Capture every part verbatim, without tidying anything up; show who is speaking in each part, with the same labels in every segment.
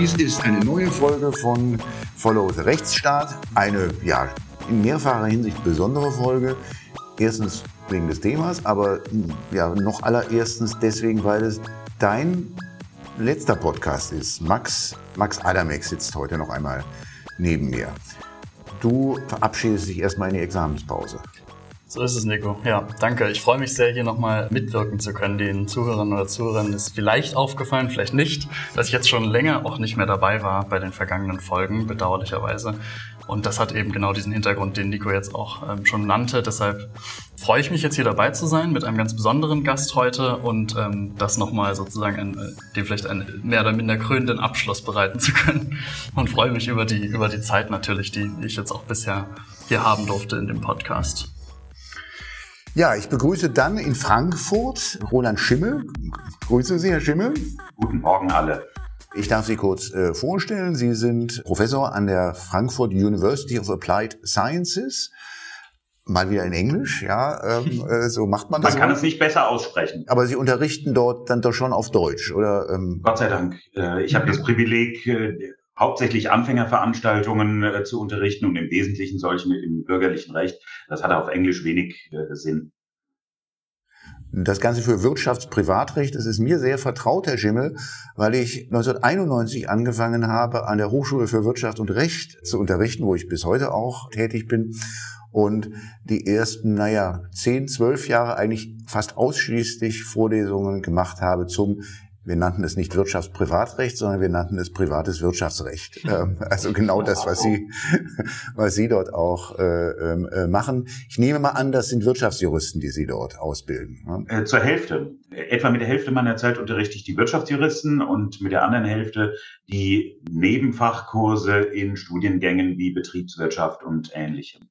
Speaker 1: Dies ist eine neue Folge von Follow the Rechtsstaat. Eine, ja, in mehrfacher Hinsicht besondere Folge. Erstens wegen des Themas, aber ja, noch allererstens deswegen, weil es dein letzter Podcast ist. Max, Max Adamek sitzt heute noch einmal neben mir. Du verabschiedest dich erstmal in die Examenspause.
Speaker 2: So ist es, Nico. Ja, danke. Ich freue mich sehr, hier nochmal mitwirken zu können. Den Zuhörern oder Zuhörern ist vielleicht aufgefallen, vielleicht nicht, dass ich jetzt schon länger auch nicht mehr dabei war bei den vergangenen Folgen, bedauerlicherweise. Und das hat eben genau diesen Hintergrund, den Nico jetzt auch ähm, schon nannte. Deshalb freue ich mich jetzt hier dabei zu sein mit einem ganz besonderen Gast heute und ähm, das nochmal sozusagen ein, äh, dem vielleicht einen mehr oder minder krönenden Abschluss bereiten zu können. Und freue mich über die, über die Zeit natürlich, die ich jetzt auch bisher hier haben durfte in dem Podcast.
Speaker 1: Ja, ich begrüße dann in Frankfurt Roland Schimmel. Grüße Sie, Herr Schimmel.
Speaker 3: Guten Morgen alle.
Speaker 1: Ich darf Sie kurz äh, vorstellen. Sie sind Professor an der Frankfurt University of Applied Sciences. Mal wieder in Englisch, ja, ähm, äh, so macht man das.
Speaker 3: Man kann es nicht besser aussprechen.
Speaker 1: Aber Sie unterrichten dort dann doch schon auf Deutsch, oder? Ähm?
Speaker 3: Gott sei Dank. Äh, ich habe das Privileg, äh, hauptsächlich Anfängerveranstaltungen äh, zu unterrichten und im Wesentlichen solche im bürgerlichen Recht. Das hat auf Englisch wenig äh, Sinn.
Speaker 1: Das Ganze für Wirtschaftsprivatrecht, das ist mir sehr vertraut, Herr Schimmel, weil ich neunzehnhunderteinundneunzig angefangen habe, an der Hochschule für Wirtschaft und Recht zu unterrichten, wo ich bis heute auch tätig bin. Und die ersten, naja, zehn, zwölf Jahre eigentlich fast ausschließlich Vorlesungen gemacht habe zum, wir nannten es nicht Wirtschaftsprivatrecht, sondern wir nannten es privates Wirtschaftsrecht. Also genau das, was Sie, was Sie dort auch äh, machen. Ich nehme mal an, das sind Wirtschaftsjuristen, die Sie dort ausbilden.
Speaker 3: Äh, zur Hälfte. Etwa mit der Hälfte meiner Zeit unterrichte ich die Wirtschaftsjuristen und mit der anderen Hälfte die Nebenfachkurse in Studiengängen wie Betriebswirtschaft und Ähnlichem.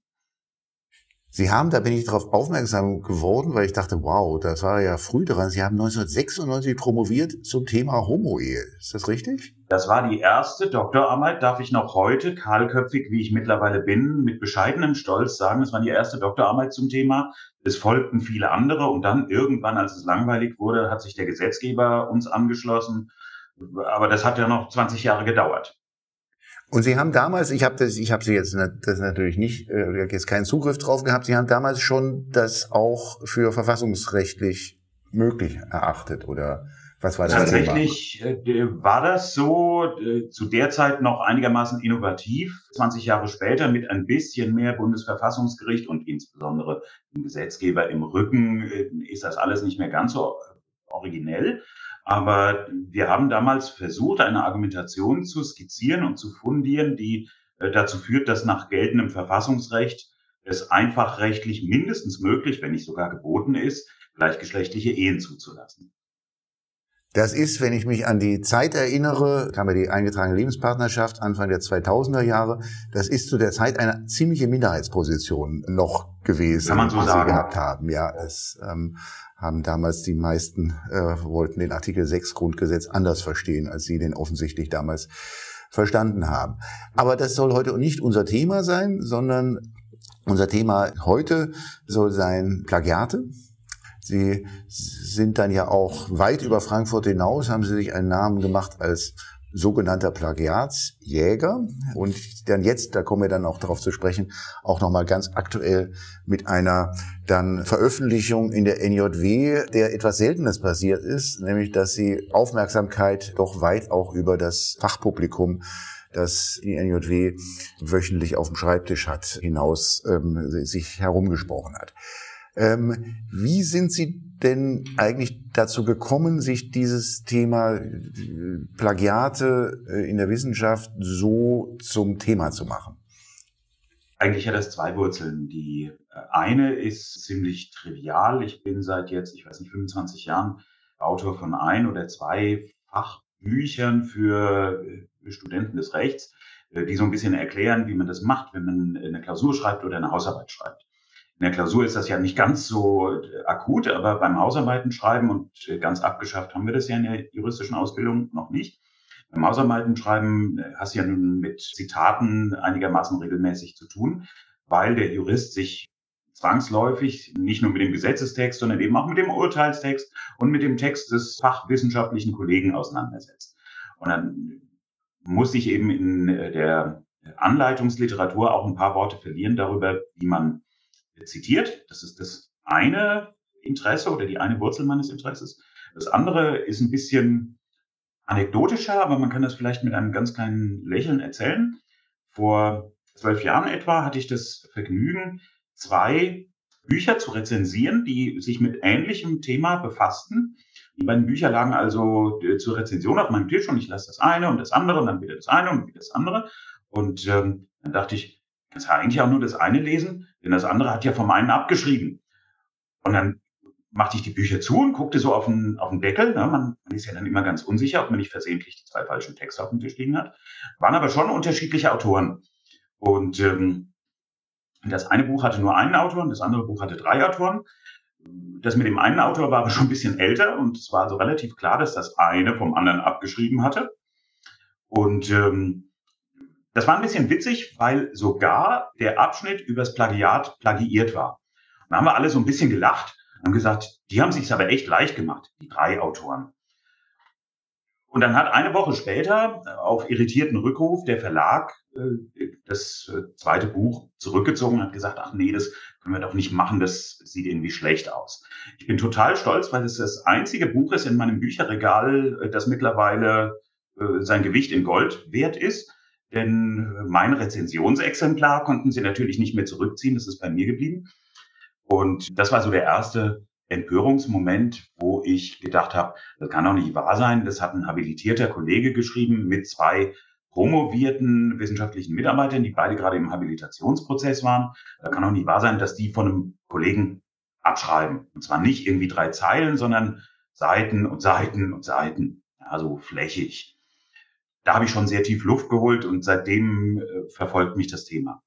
Speaker 1: Sie haben, da bin ich darauf aufmerksam geworden, weil ich dachte, wow, das war ja früh dran. Sie haben neunzehnhundertsechsundneunzig promoviert zum Thema Homo-Ehe. Ist das richtig?
Speaker 3: Das war die erste Doktorarbeit, darf ich noch heute, kahlköpfig wie ich mittlerweile bin, mit bescheidenem Stolz sagen, es war die erste Doktorarbeit zum Thema. Es folgten viele andere und dann irgendwann, als es langweilig wurde, hat sich der Gesetzgeber uns angeschlossen. Aber das hat ja noch zwanzig Jahre gedauert.
Speaker 1: Und Sie haben damals, ich habe das, ich habe Sie jetzt das natürlich nicht, äh, jetzt keinen Zugriff drauf gehabt. Sie haben damals schon das auch für verfassungsrechtlich möglich erachtet, oder was war das?
Speaker 3: Tatsächlich äh, war das so äh, zu der Zeit noch einigermaßen innovativ. zwanzig Jahre später mit ein bisschen mehr Bundesverfassungsgericht und insbesondere dem Gesetzgeber im Rücken äh, ist das alles nicht mehr ganz so originell. Aber wir haben damals versucht, eine Argumentation zu skizzieren und zu fundieren, die äh, dazu führt, dass nach geltendem Verfassungsrecht es einfach rechtlich mindestens möglich, wenn nicht sogar geboten ist, gleichgeschlechtliche Ehen zuzulassen.
Speaker 1: Das ist, wenn ich mich an die Zeit erinnere, haben wir die eingetragene Lebenspartnerschaft Anfang der zweitausender Jahre, das ist zu der Zeit eine ziemliche Minderheitsposition noch gewesen,
Speaker 3: kann man so
Speaker 1: die
Speaker 3: sagen.
Speaker 1: Sie gehabt haben. Ja, es ähm, haben damals die meisten, äh, wollten den Artikel sechs Grundgesetz anders verstehen, als Sie den offensichtlich damals verstanden haben. Aber das soll heute nicht unser Thema sein, sondern unser Thema heute soll sein Plagiate. Sie sind dann ja auch weit über Frankfurt hinaus, haben Sie sich einen Namen gemacht als sogenannter Plagiatsjäger. Und dann jetzt, da kommen wir dann auch darauf zu sprechen, auch nochmal ganz aktuell mit einer dann Veröffentlichung in der N J W, der etwas Seltenes passiert ist, nämlich dass Sie Aufmerksamkeit doch weit auch über das Fachpublikum, das die N J W wöchentlich auf dem Schreibtisch hat, hinaus ähm, sich herumgesprochen hat. Ähm, wie sind Sie denn eigentlich dazu gekommen, sich dieses Thema Plagiate in der Wissenschaft so zum Thema zu machen?
Speaker 3: Eigentlich hat das zwei Wurzeln. Die eine ist ziemlich trivial. Ich bin seit jetzt, ich weiß nicht, fünfundzwanzig Jahren Autor von ein oder zwei Fachbüchern für Studenten des Rechts, die so ein bisschen erklären, wie man das macht, wenn man eine Klausur schreibt oder eine Hausarbeit schreibt. In der Klausur ist das ja nicht ganz so akut, aber beim Hausarbeiten schreiben, und ganz abgeschafft haben wir das ja in der juristischen Ausbildung noch nicht. Beim Hausarbeiten schreiben hast du ja nun mit Zitaten einigermaßen regelmäßig zu tun, weil der Jurist sich zwangsläufig nicht nur mit dem Gesetzestext, sondern eben auch mit dem Urteilstext und mit dem Text des fachwissenschaftlichen Kollegen auseinandersetzt. Und dann musste ich eben in der Anleitungsliteratur auch ein paar Worte verlieren darüber, wie man zitiert. Das ist das eine Interesse oder die eine Wurzel meines Interesses. Das andere ist ein bisschen anekdotischer, aber man kann das vielleicht mit einem ganz kleinen Lächeln erzählen. Vor zwölf Jahren etwa hatte ich das Vergnügen, zwei Bücher zu rezensieren, die sich mit ähnlichem Thema befassten. Die beiden Bücher lagen also äh, zur Rezension auf meinem Tisch und ich las das eine und das andere und dann wieder das eine und wieder das andere. Und ähm, dann dachte ich, ich kann ja eigentlich auch nur das eine lesen, denn das andere hat ja vom einen abgeschrieben. Und dann machte ich die Bücher zu und guckte so auf den, auf den Deckel. Ne? Man, man ist ja dann immer ganz unsicher, ob man nicht versehentlich die zwei falschen Texte auf dem Tisch liegen hat. Waren aber schon unterschiedliche Autoren. Und ähm, das eine Buch hatte nur einen Autor und das andere Buch hatte drei Autoren. Das mit dem einen Autor war aber schon ein bisschen älter und es war also relativ klar, dass das eine vom anderen abgeschrieben hatte. Und ähm, das war ein bisschen witzig, weil sogar der Abschnitt übers Plagiat plagiiert war. Und da haben wir alle so ein bisschen gelacht und haben gesagt, die haben sich's aber echt leicht gemacht, die drei Autoren. Und dann hat eine Woche später auf irritierten Rückruf der Verlag äh, das äh, zweite Buch zurückgezogen und hat gesagt, ach nee, das können wir doch nicht machen, das sieht irgendwie schlecht aus. Ich bin total stolz, weil es das einzige Buch ist in meinem Bücherregal, äh, das mittlerweile äh, sein Gewicht in Gold wert ist. Denn mein Rezensionsexemplar konnten sie natürlich nicht mehr zurückziehen, das ist bei mir geblieben. Und das war so der erste Empörungsmoment, wo ich gedacht habe, das kann doch nicht wahr sein. Das hat ein habilitierter Kollege geschrieben mit zwei promovierten wissenschaftlichen Mitarbeitern, die beide gerade im Habilitationsprozess waren. Das kann doch nicht wahr sein, dass die von einem Kollegen abschreiben. Und zwar nicht irgendwie drei Zeilen, sondern Seiten und Seiten und Seiten. Ja, so flächig. Da habe ich schon sehr tief Luft geholt und seitdem äh, verfolgt mich das Thema.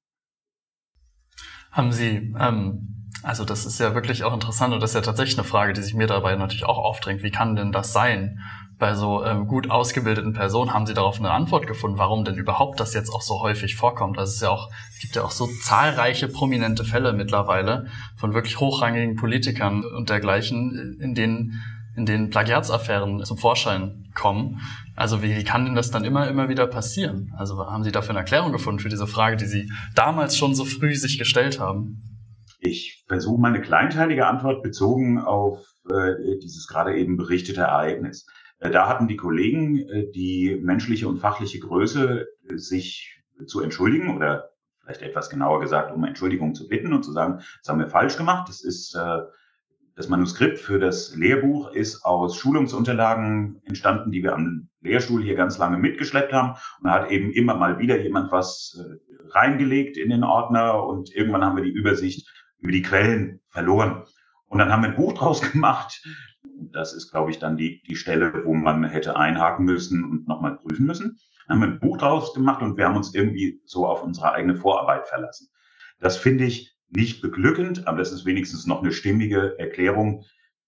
Speaker 2: Haben Sie, ähm, also das ist ja wirklich auch interessant und das ist ja tatsächlich eine Frage, die sich mir dabei natürlich auch aufdrängt. Wie kann denn das sein? Bei so ähm, gut ausgebildeten Personen haben Sie darauf eine Antwort gefunden, warum denn überhaupt das jetzt auch so häufig vorkommt. Also es ist ja auch, es gibt ja auch so zahlreiche prominente Fälle mittlerweile von wirklich hochrangigen Politikern und dergleichen, in denen in denen Plagiatsaffären zum Vorschein kommen. Also wie, wie kann denn das dann immer, immer wieder passieren? Also haben Sie dafür eine Erklärung gefunden für diese Frage, die Sie damals schon so früh sich gestellt haben?
Speaker 3: Ich versuche meine kleinteilige Antwort bezogen auf äh, dieses gerade eben berichtete Ereignis. Äh, da hatten die Kollegen äh, die menschliche und fachliche Größe, äh, sich zu entschuldigen oder vielleicht etwas genauer gesagt, um Entschuldigung zu bitten und zu sagen, das haben wir falsch gemacht. Das ist äh, Das Manuskript für das Lehrbuch ist aus Schulungsunterlagen entstanden, die wir am Lehrstuhl hier ganz lange mitgeschleppt haben. Und da hat eben immer mal wieder jemand was äh, reingelegt in den Ordner und irgendwann haben wir die Übersicht über die Quellen verloren. Und dann haben wir ein Buch draus gemacht. Das ist, glaube ich, dann die, die Stelle, wo man hätte einhaken müssen und nochmal prüfen müssen. Dann haben wir ein Buch draus gemacht und wir haben uns irgendwie so auf unsere eigene Vorarbeit verlassen. Das finde ich nicht beglückend, aber das ist wenigstens noch eine stimmige Erklärung,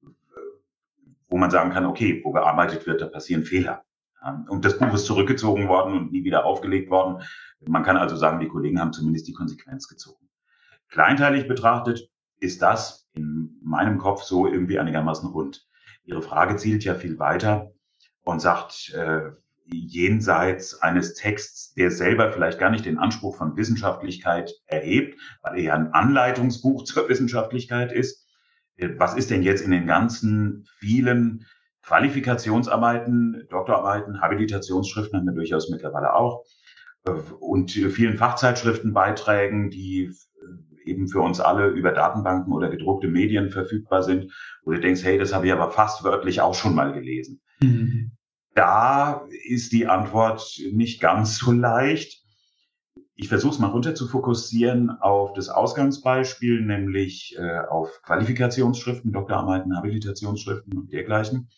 Speaker 3: wo man sagen kann, okay, wo gearbeitet wird, da passieren Fehler. Und das Buch ist zurückgezogen worden und nie wieder aufgelegt worden. Man kann also sagen, die Kollegen haben zumindest die Konsequenz gezogen. Kleinteilig betrachtet ist das in meinem Kopf so irgendwie einigermaßen rund. Ihre Frage zielt ja viel weiter und sagt, äh, jenseits eines Texts, der selber vielleicht gar nicht den Anspruch von Wissenschaftlichkeit erhebt, weil er ja ein Anleitungsbuch zur Wissenschaftlichkeit ist. Was ist denn jetzt in den ganzen vielen Qualifikationsarbeiten, Doktorarbeiten, Habilitationsschriften haben wir durchaus mittlerweile auch, und vielen Fachzeitschriftenbeiträgen, die eben für uns alle über Datenbanken oder gedruckte Medien verfügbar sind, wo du denkst, hey, das habe ich aber fast wörtlich auch schon mal gelesen. Mhm. Da ist die Antwort nicht ganz so leicht. Ich versuche es mal runter zu fokussieren auf das Ausgangsbeispiel, nämlich äh, auf Qualifikationsschriften, Doktorarbeiten, Habilitationsschriften und dergleichen.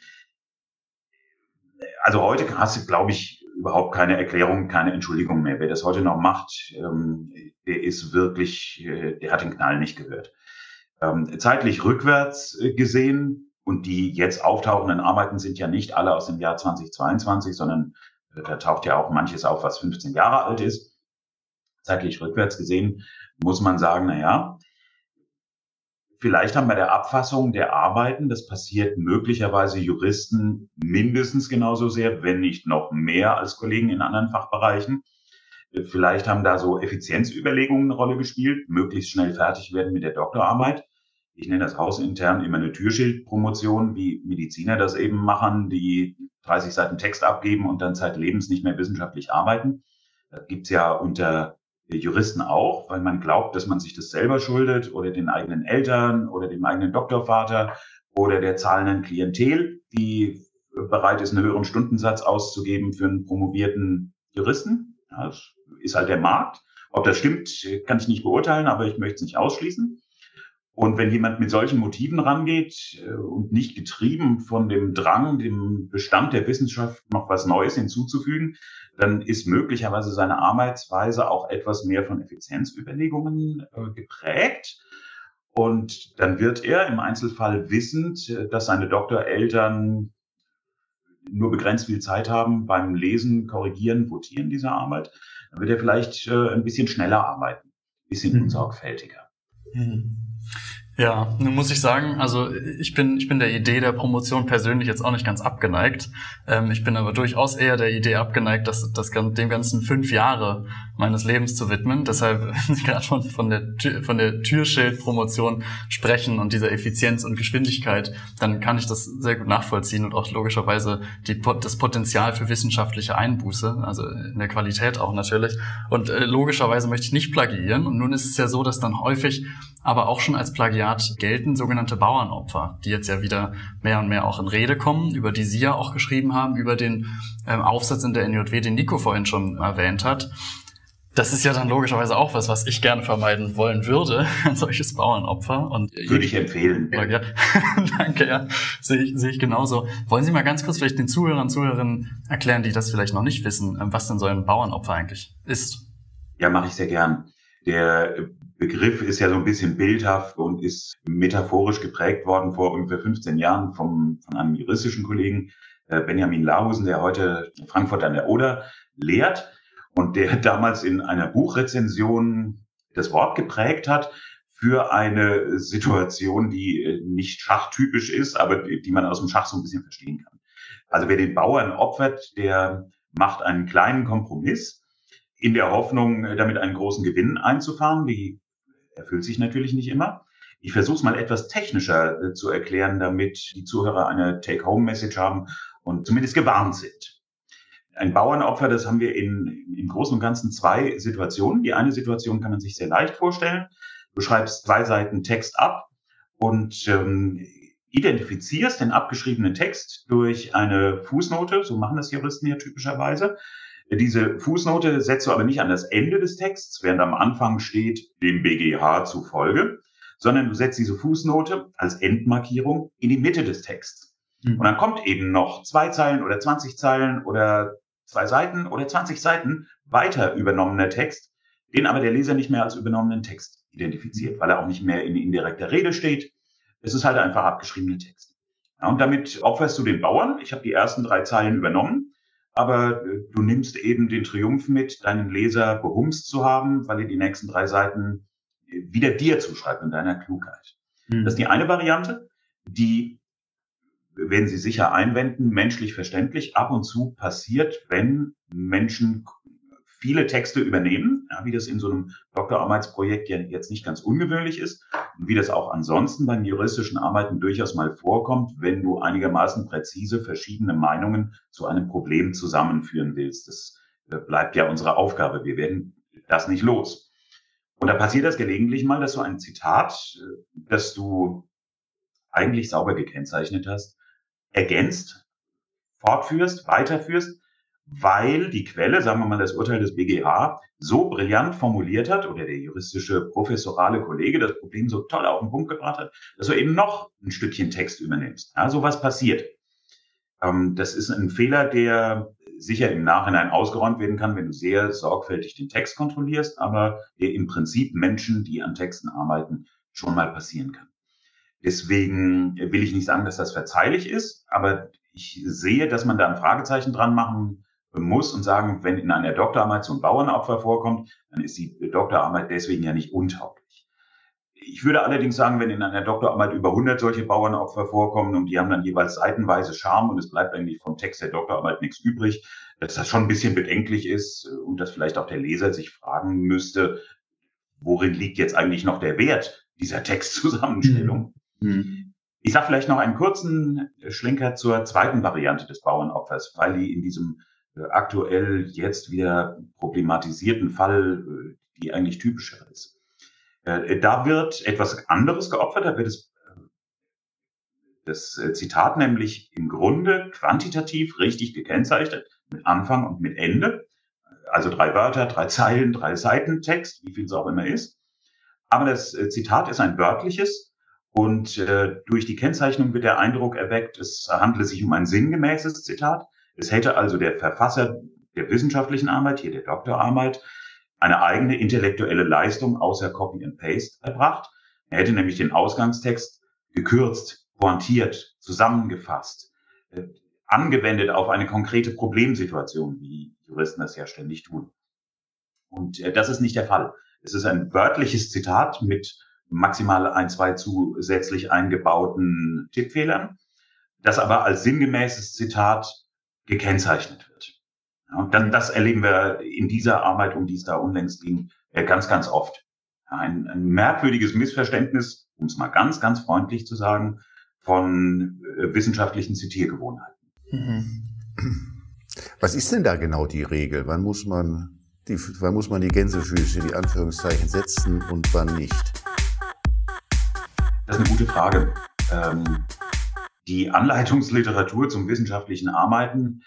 Speaker 3: Also heute hast du, glaube ich, überhaupt keine Erklärung, keine Entschuldigung mehr. Wer das heute noch macht, ähm, der ist wirklich, äh, der hat den Knall nicht gehört. Ähm, zeitlich rückwärts äh, gesehen, und die jetzt auftauchenden Arbeiten sind ja nicht alle aus dem Jahr zweitausendzweiundzwanzig, sondern äh, da taucht ja auch manches auf, was fünfzehn Jahre alt ist. Zeitlich rückwärts gesehen muss man sagen, na ja, Vielleicht haben bei der Abfassung der Arbeiten, das passiert möglicherweise Juristen mindestens genauso sehr, wenn nicht noch mehr als Kollegen in anderen Fachbereichen. Vielleicht haben da so Effizienzüberlegungen eine Rolle gespielt, möglichst schnell fertig werden mit der Doktorarbeit. Ich nenne das hausintern immer eine Türschildpromotion, wie Mediziner das eben machen, die dreißig Seiten Text abgeben und dann zeitlebens nicht mehr wissenschaftlich arbeiten. Das gibt's ja unter Juristen auch, weil man glaubt, dass man sich das selber schuldet oder den eigenen Eltern oder dem eigenen Doktorvater oder der zahlenden Klientel, die bereit ist, einen höheren Stundensatz auszugeben für einen promovierten Juristen. Ja, das ist halt der Markt. Ob das stimmt, kann ich nicht beurteilen, aber ich möchte es nicht ausschließen. Und wenn jemand mit solchen Motiven rangeht und nicht getrieben von dem Drang, dem Bestand der Wissenschaft noch was Neues hinzuzufügen, dann ist möglicherweise seine Arbeitsweise auch etwas mehr von Effizienzüberlegungen geprägt. Und dann wird er im Einzelfall wissend, dass seine Doktoreltern nur begrenzt viel Zeit haben beim Lesen, Korrigieren, Votieren dieser Arbeit, dann wird er vielleicht ein bisschen schneller arbeiten, ein bisschen mhm. unsorgfältiger.
Speaker 2: Mhm. Ja, nun muss ich sagen, also ich bin ich bin der Idee der Promotion persönlich jetzt auch nicht ganz abgeneigt. Ähm, ich bin aber durchaus eher der Idee abgeneigt, das, das dem Ganzen fünf Jahre meines Lebens zu widmen. Deshalb, wenn Sie gerade von, von der von der Türschild-Promotion sprechen und dieser Effizienz und Geschwindigkeit, dann kann ich das sehr gut nachvollziehen und auch logischerweise die, das Potenzial für wissenschaftliche Einbuße, also in der Qualität auch natürlich. Und äh, logischerweise möchte ich nicht plagiieren. Und nun ist es ja so, dass dann häufig aber auch schon als Plagiat gelten sogenannte Bauernopfer, die jetzt ja wieder mehr und mehr auch in Rede kommen, über die Sie ja auch geschrieben haben, über den ähm, Aufsatz in der N J W, den Nico vorhin schon erwähnt hat. Das ist ja dann logischerweise auch was, was ich gerne vermeiden wollen würde, ein solches Bauernopfer. Und
Speaker 3: würde ich empfehlen.
Speaker 2: Ja. Danke, ja. Sehe ich, sehe ich genauso. Wollen Sie mal ganz kurz vielleicht den Zuhörern und Zuhörerinnen erklären, die das vielleicht noch nicht wissen, was denn so ein Bauernopfer eigentlich ist?
Speaker 3: Ja, mache ich sehr gern. Der Begriff ist ja so ein bisschen bildhaft und ist metaphorisch geprägt worden vor ungefähr fünfzehn Jahren vom, von einem juristischen Kollegen, äh, Benjamin Lahusen, der heute in Frankfurt an der Oder lehrt und der damals in einer Buchrezension das Wort geprägt hat für eine Situation, die nicht schachtypisch ist, aber die man aus dem Schach so ein bisschen verstehen kann. Also wer den Bauern opfert, der macht einen kleinen Kompromiss in der Hoffnung, damit einen großen Gewinn einzufahren. Die erfüllt sich natürlich nicht immer. Ich versuche es mal etwas technischer äh, zu erklären, damit die Zuhörer eine Take-Home-Message haben und zumindest gewarnt sind. Ein Bauernopfer, das haben wir in, im Großen und Ganzen zwei Situationen. Die eine Situation kann man sich sehr leicht vorstellen. Du schreibst zwei Seiten Text ab und ähm, identifizierst den abgeschriebenen Text durch eine Fußnote. So machen das Juristen ja typischerweise. Diese Fußnote setzt du aber nicht an das Ende des Texts, während am Anfang steht, dem B G H zufolge, sondern du setzt diese Fußnote als Endmarkierung in die Mitte des Texts. Mhm. Und dann kommt eben noch zwei Zeilen oder zwanzig Zeilen oder zwei Seiten oder zwanzig Seiten weiter übernommener Text, den aber der Leser nicht mehr als übernommenen Text identifiziert, weil er auch nicht mehr in indirekter Rede steht. Es ist halt einfach abgeschriebener Text. Ja, und damit opferst du den Bauern. Ich habe die ersten drei Zeilen übernommen. Aber du nimmst eben den Triumph mit, deinen Leser behumst zu haben, weil er die nächsten drei Seiten wieder dir zuschreibt in deiner Klugheit. Mhm. Das ist die eine Variante, die, werden Sie sicher einwenden, menschlich verständlich ab und zu passiert, wenn Menschen viele Texte übernehmen, ja, wie das in so einem Doktorarbeitsprojekt ja jetzt nicht ganz ungewöhnlich ist und wie das auch ansonsten beim juristischen Arbeiten durchaus mal vorkommt, wenn du einigermaßen präzise verschiedene Meinungen zu einem Problem zusammenführen willst. Das bleibt ja unsere Aufgabe. Wir werden das nicht los. Und da passiert das gelegentlich mal, dass du ein Zitat, das du eigentlich sauber gekennzeichnet hast, ergänzt, fortführst, weiterführst, weil die Quelle, sagen wir mal das Urteil des B G H, so brillant formuliert hat oder der juristische professorale Kollege das Problem so toll auf den Punkt gebracht hat, dass du eben noch ein Stückchen Text übernimmst. Ja, sowas passiert. Ähm, das ist ein Fehler, der sicher im Nachhinein ausgeräumt werden kann, wenn du sehr sorgfältig den Text kontrollierst, aber der im Prinzip Menschen, die an Texten arbeiten, schon mal passieren kann. Deswegen will ich nicht sagen, dass das verzeihlich ist, aber ich sehe, dass man da ein Fragezeichen dran machen muss und sagen, wenn in einer Doktorarbeit so ein Bauernopfer vorkommt, dann ist die Doktorarbeit deswegen ja nicht untauglich. Ich würde allerdings sagen, wenn in einer Doktorarbeit über hundert solche Bauernopfer vorkommen und die haben dann jeweils seitenweise Charme und es bleibt eigentlich vom Text der Doktorarbeit nichts übrig, dass das schon ein bisschen bedenklich ist und dass vielleicht auch der Leser sich fragen müsste, worin liegt jetzt eigentlich noch der Wert dieser Textzusammenstellung? Mhm. Ich sage vielleicht noch einen kurzen Schlenker zur zweiten Variante des Bauernopfers, weil die in diesem aktuell jetzt wieder problematisierten Fall, die eigentlich typischer ist. Da wird etwas anderes geopfert, da wird es, das Zitat nämlich im Grunde quantitativ richtig gekennzeichnet, mit Anfang und mit Ende. Also drei Wörter, drei Zeilen, drei Seiten Text, wie viel es auch immer ist. Aber das Zitat ist ein wörtliches und äh, durch die Kennzeichnung wird der Eindruck erweckt, es handle sich um ein sinngemäßes Zitat. Es hätte also der Verfasser der wissenschaftlichen Arbeit, hier der Doktorarbeit, eine eigene intellektuelle Leistung außer Copy and Paste erbracht. Er hätte nämlich den Ausgangstext gekürzt, pointiert, zusammengefasst, äh, angewendet auf eine konkrete Problemsituation, wie Juristen das ja ständig tun. Und äh, das ist nicht der Fall. Es ist ein wörtliches Zitat mit maximal ein, zwei zusätzlich eingebauten Tippfehlern, das aber als sinngemäßes Zitat gekennzeichnet wird. Ja, und dann, das erleben wir in dieser Arbeit, um die es da unlängst ging, ganz, ganz oft. Ein, ein merkwürdiges Missverständnis, um es mal ganz, ganz freundlich zu sagen, von äh, wissenschaftlichen Zitiergewohnheiten.
Speaker 1: Mhm. Was ist denn da genau die Regel? Wann muss man die, wann muss man die Gänsefüße, die Anführungszeichen, setzen und wann nicht?
Speaker 3: Das ist eine gute Frage. Ähm, die Anleitungsliteratur zum wissenschaftlichen Arbeiten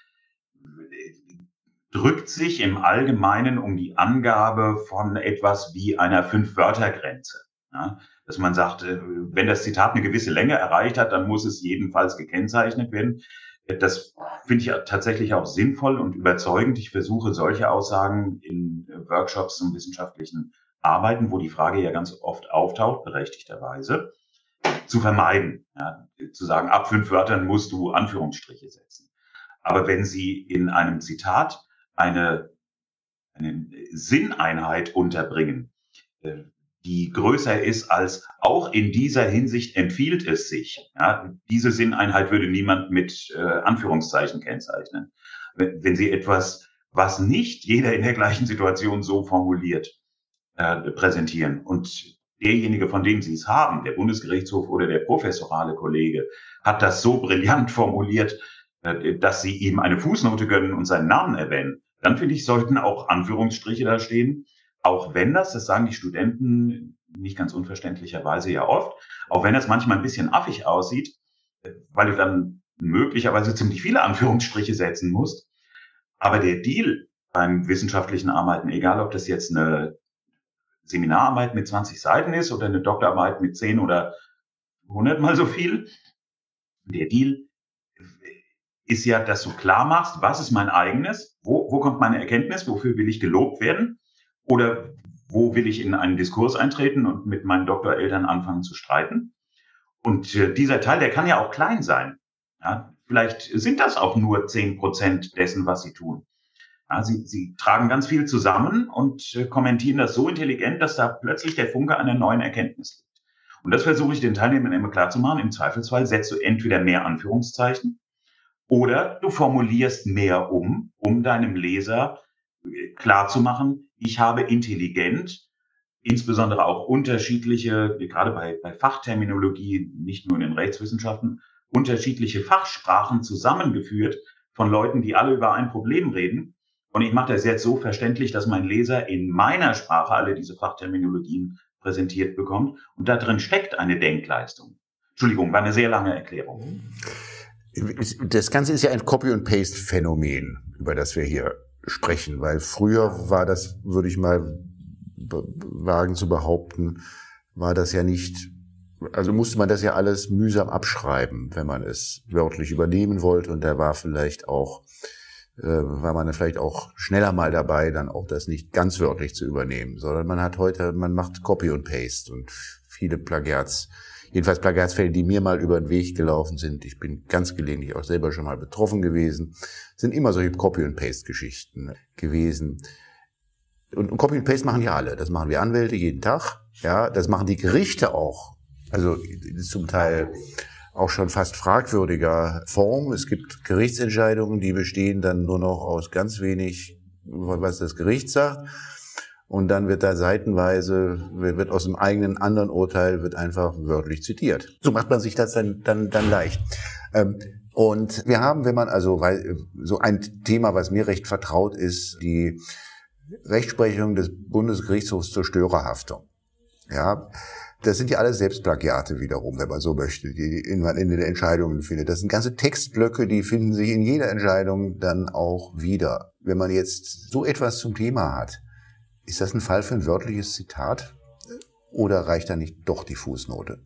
Speaker 3: drückt sich im Allgemeinen um die Angabe von etwas wie einer Fünf-Wörter-Grenze. Ja, dass man sagt, wenn das Zitat eine gewisse Länge erreicht hat, dann muss es jedenfalls gekennzeichnet werden. Das finde ich tatsächlich auch sinnvoll und überzeugend. Ich versuche solche Aussagen in Workshops zum wissenschaftlichen Arbeiten, wo die Frage ja ganz oft auftaucht, berechtigterweise, zu vermeiden. Ja, zu sagen, ab fünf Wörtern musst du Anführungsstriche setzen. Aber wenn Sie in einem Zitat eine, eine Sinneinheit unterbringen, die größer ist als auch in dieser Hinsicht empfiehlt es sich. Ja, diese Sinneinheit würde niemand mit äh, Anführungszeichen kennzeichnen. Wenn, wenn Sie etwas, was nicht jeder in der gleichen Situation so formuliert, äh, präsentieren und derjenige, von dem Sie es haben, der Bundesgerichtshof oder der professorale Kollege, hat das so brillant formuliert, äh, dass Sie ihm eine Fußnote gönnen und seinen Namen erwähnen, dann finde ich, sollten auch Anführungsstriche da stehen. Auch wenn das, das sagen die Studenten nicht ganz unverständlicherweise ja oft, auch wenn das manchmal ein bisschen affig aussieht, weil du dann möglicherweise ziemlich viele Anführungsstriche setzen musst. Aber der Deal beim wissenschaftlichen Arbeiten, egal ob das jetzt eine Seminararbeit mit zwanzig Seiten ist oder eine Doktorarbeit mit zehn oder hundert mal so viel, der Deal ist ja, dass du klar machst, was ist mein eigenes, wo, wo kommt meine Erkenntnis, wofür will ich gelobt werden? Oder wo will ich in einen Diskurs eintreten und mit meinen Doktoreltern anfangen zu streiten? Und äh, dieser Teil, der kann ja auch klein sein. Ja, vielleicht sind das auch nur zehn Prozent dessen, was sie tun. Ja, sie, sie tragen ganz viel zusammen und äh, kommentieren das so intelligent, dass da plötzlich der Funke einer neuen Erkenntnis liegt. Und das versuche ich den Teilnehmern immer klar zu machen. Im Zweifelsfall setzt du entweder mehr Anführungszeichen oder du formulierst mehr um, um deinem Leser klar zu machen, ich habe intelligent, insbesondere auch unterschiedliche, gerade bei, bei Fachterminologie, nicht nur in den Rechtswissenschaften, unterschiedliche Fachsprachen zusammengeführt von Leuten, die alle über ein Problem reden. Und ich mache das jetzt so verständlich, dass mein Leser in meiner Sprache alle diese Fachterminologien präsentiert bekommt. Und da drin steckt eine Denkleistung. Entschuldigung, war eine sehr lange Erklärung.
Speaker 1: Das Ganze ist ja ein Copy-and-Paste-Phänomen, über das wir hier sprechen, weil früher war das, würde ich mal wagen zu behaupten, war das ja nicht, also musste man das ja alles mühsam abschreiben, wenn man es wörtlich übernehmen wollte, und da war vielleicht auch, äh, war man vielleicht auch schneller mal dabei, dann auch das nicht ganz wörtlich zu übernehmen, sondern man hat heute, man macht Copy und Paste und viele Plagiats, jedenfalls Plagiatsfälle, die mir mal über den Weg gelaufen sind, ich bin ganz gelegentlich auch selber schon mal betroffen gewesen, sind immer solche Copy- und Paste-Geschichten gewesen. Und, und Copy und Paste machen ja alle. Das machen wir Anwälte jeden Tag. Ja, das machen die Gerichte auch. Also zum Teil auch schon fast fragwürdiger Form. Es gibt Gerichtsentscheidungen, die bestehen dann nur noch aus ganz wenig, was das Gericht sagt. Und dann wird da seitenweise, wird aus dem eigenen anderen Urteil, wird einfach wörtlich zitiert. So macht man sich das dann, dann, dann leicht. Und wir haben, wenn man also, weil so ein Thema, was mir recht vertraut ist, die Rechtsprechung des Bundesgerichtshofs zur Störerhaftung. Ja, das sind ja alles Selbstplagiate wiederum, wenn man so möchte, die man in den Entscheidungen findet. Das sind ganze Textblöcke, die finden sich in jeder Entscheidung dann auch wieder. Wenn man jetzt so etwas zum Thema hat, ist das ein Fall für ein wörtliches Zitat oder reicht da nicht doch die Fußnote?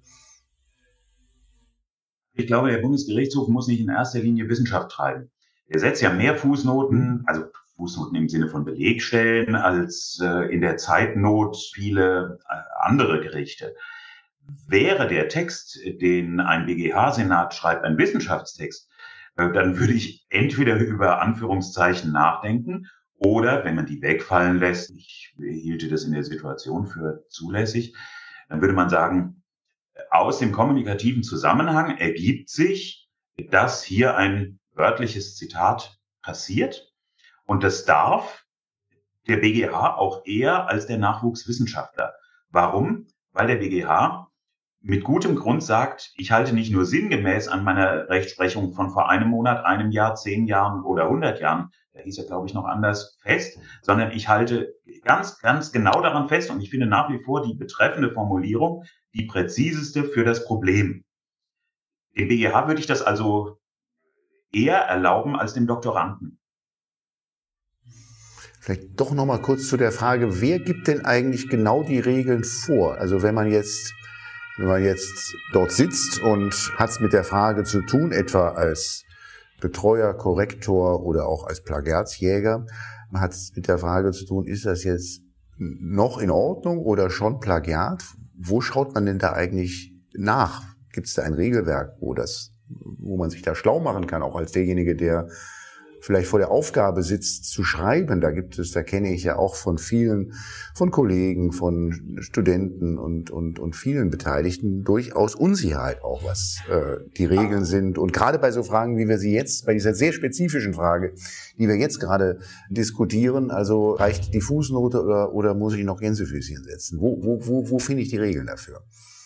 Speaker 3: Ich glaube, der Bundesgerichtshof muss nicht in erster Linie Wissenschaft treiben. Er setzt ja mehr Fußnoten, also Fußnoten im Sinne von Belegstellen, als äh, in der Zeitnot viele äh, andere Gerichte. Wäre der Text, den ein B G H-Senat schreibt, ein Wissenschaftstext, äh, dann würde ich entweder über Anführungszeichen nachdenken oder, wenn man die wegfallen lässt, ich hielte das in der Situation für zulässig, dann würde man sagen, aus dem kommunikativen Zusammenhang ergibt sich, dass hier ein wörtliches Zitat passiert. Und das darf der B G H auch eher als der Nachwuchswissenschaftler. Warum? Weil der B G H mit gutem Grund sagt, ich halte nicht nur sinngemäß an meiner Rechtsprechung von vor einem Monat, einem Jahr, zehn Jahren oder hundert Jahren, da hieß er, glaube ich, noch anders, fest, sondern ich halte ganz, ganz genau daran fest und ich finde nach wie vor die betreffende Formulierung die präziseste für das Problem. Dem B G H würde ich das also eher erlauben als dem Doktoranden.
Speaker 1: Vielleicht doch noch mal kurz zu der Frage, wer gibt denn eigentlich genau die Regeln vor? Also wenn man jetzt, wenn man jetzt dort sitzt und hat es mit der Frage zu tun, etwa als Betreuer, Korrektor oder auch als Plagiatsjäger, man hat es mit der Frage zu tun, ist das jetzt noch in Ordnung oder schon Plagiat? Wo schaut man denn da eigentlich nach? Gibt es da ein Regelwerk, wo das, wo man sich da schlau machen kann, auch als derjenige, der vielleicht vor der Aufgabe sitzt, zu schreiben? Da gibt es, da kenne ich ja auch von vielen, von Kollegen, von Studenten und, und, und vielen Beteiligten durchaus Unsicherheit auch, was äh, die Regeln sind. Und gerade bei so Fragen, wie wir sie jetzt, bei dieser sehr spezifischen Frage, die wir jetzt gerade diskutieren, also reicht die Fußnote oder, oder muss ich noch Gänsefüßchen setzen? Wo, wo, wo, wo finde ich die Regeln dafür?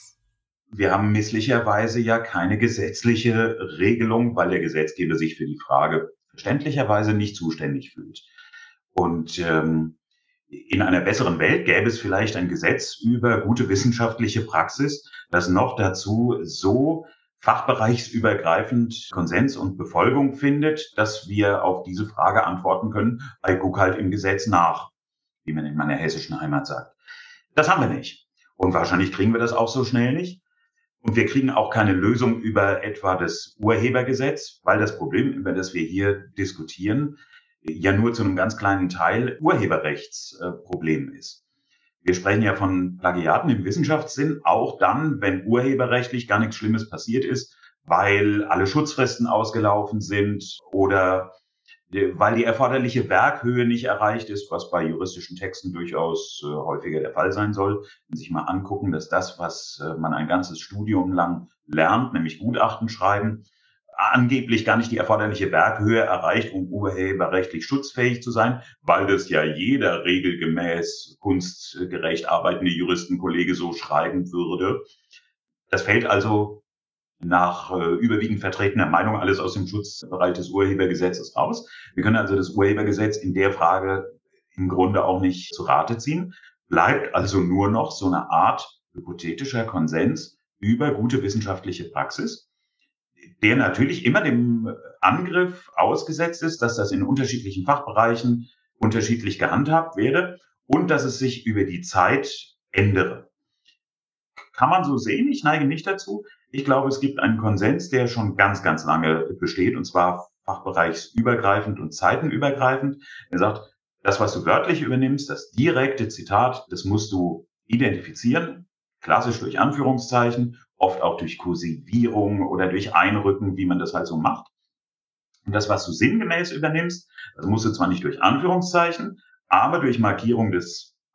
Speaker 3: Wir haben misslicherweise ja keine gesetzliche Regelung, weil der Gesetzgeber sich für die Frage verständlicherweise nicht zuständig fühlt. Und ähm, in einer besseren Welt gäbe es vielleicht ein Gesetz über gute wissenschaftliche Praxis, das noch dazu so fachbereichsübergreifend Konsens und Befolgung findet, dass wir auf diese Frage antworten können, bei guck halt im Gesetz nach, wie man in meiner hessischen Heimat sagt. Das haben wir nicht. Und wahrscheinlich kriegen wir das auch so schnell nicht. Und wir kriegen auch keine Lösung über etwa das Urhebergesetz, weil das Problem, über das wir hier diskutieren, ja nur zu einem ganz kleinen Teil Urheberrechtsproblem ist. Wir sprechen ja von Plagiaten im Wissenschaftssinn, auch dann, wenn urheberrechtlich gar nichts Schlimmes passiert ist, weil alle Schutzfristen ausgelaufen sind oder weil die erforderliche Werkhöhe nicht erreicht ist, was bei juristischen Texten durchaus äh, häufiger der Fall sein soll. Wenn Sie sich mal angucken, dass das, was äh, man ein ganzes Studium lang lernt, nämlich Gutachten schreiben, angeblich gar nicht die erforderliche Werkhöhe erreicht, um urheberrechtlich schutzfähig zu sein, weil das ja jeder regelgemäß kunstgerecht arbeitende Juristenkollege so schreiben würde. Das fällt also nach äh, überwiegend vertretener Meinung alles aus dem Schutzbereich des Urhebergesetzes raus. Wir können also das Urhebergesetz in der Frage im Grunde auch nicht zu Rate ziehen. Bleibt also nur noch so eine Art hypothetischer Konsens über gute wissenschaftliche Praxis, der natürlich immer dem Angriff ausgesetzt ist, dass das in unterschiedlichen Fachbereichen unterschiedlich gehandhabt werde und dass es sich über die Zeit ändere. Kann man so sehen, ich neige nicht dazu. Ich glaube, es gibt einen Konsens, der schon ganz, ganz lange besteht, und zwar fachbereichsübergreifend und zeitenübergreifend. Er sagt, das, was du wörtlich übernimmst, das direkte Zitat, das musst du identifizieren, klassisch durch Anführungszeichen, oft auch durch Kursivierung oder durch Einrücken, wie man das halt so macht. Und das, was du sinngemäß übernimmst, das musst du zwar nicht durch Anführungszeichen, aber durch Markierung des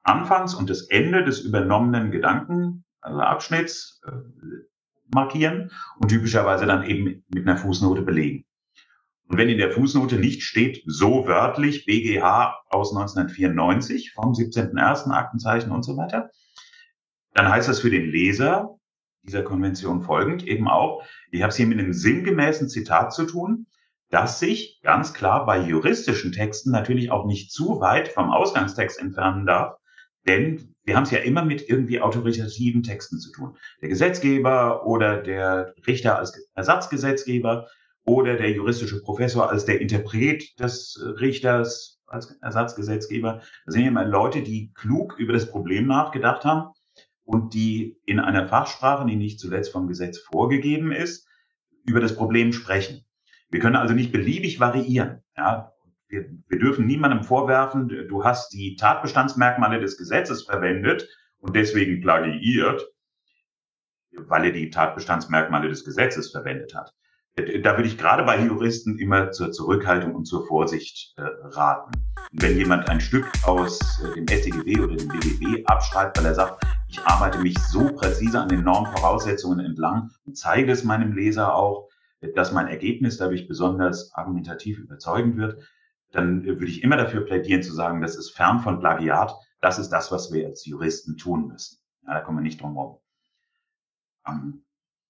Speaker 3: Anfangs und das Ende des übernommenen Gedankenabschnitts äh, markieren und typischerweise dann eben mit einer Fußnote belegen. Und wenn in der Fußnote nicht steht, so wörtlich B G H aus neunzehnhundertvierundneunzig vom siebzehnten ersten Aktenzeichen und so weiter, dann heißt das für den Leser dieser Konvention folgend eben auch, ich habe es hier mit einem sinngemäßen Zitat zu tun, das sich ganz klar bei juristischen Texten natürlich auch nicht zu weit vom Ausgangstext entfernen darf, denn wir haben es ja immer mit irgendwie autoritativen Texten zu tun. Der Gesetzgeber oder der Richter als Ersatzgesetzgeber oder der juristische Professor als der Interpret des Richters als Ersatzgesetzgeber. Das sind ja immer Leute, die klug über das Problem nachgedacht haben und die in einer Fachsprache, die nicht zuletzt vom Gesetz vorgegeben ist, über das Problem sprechen. Wir können also nicht beliebig variieren. Ja? Wir, wir dürfen niemandem vorwerfen, du hast die Tatbestandsmerkmale des Gesetzes verwendet und deswegen plagiiert, weil er die Tatbestandsmerkmale des Gesetzes verwendet hat. Da würde ich gerade bei Juristen immer zur Zurückhaltung und zur Vorsicht äh, raten. Wenn jemand ein Stück aus äh, dem S t G B oder dem B G B abschreibt, weil er sagt, ich arbeite mich so präzise an den Normvoraussetzungen entlang und zeige es meinem Leser auch, dass mein Ergebnis dadurch besonders argumentativ überzeugend wird, dann äh, würde ich immer dafür plädieren zu sagen, das ist fern von Plagiat, das ist das, was wir als Juristen tun müssen. Ja, da kommen wir nicht drum herum. Ähm,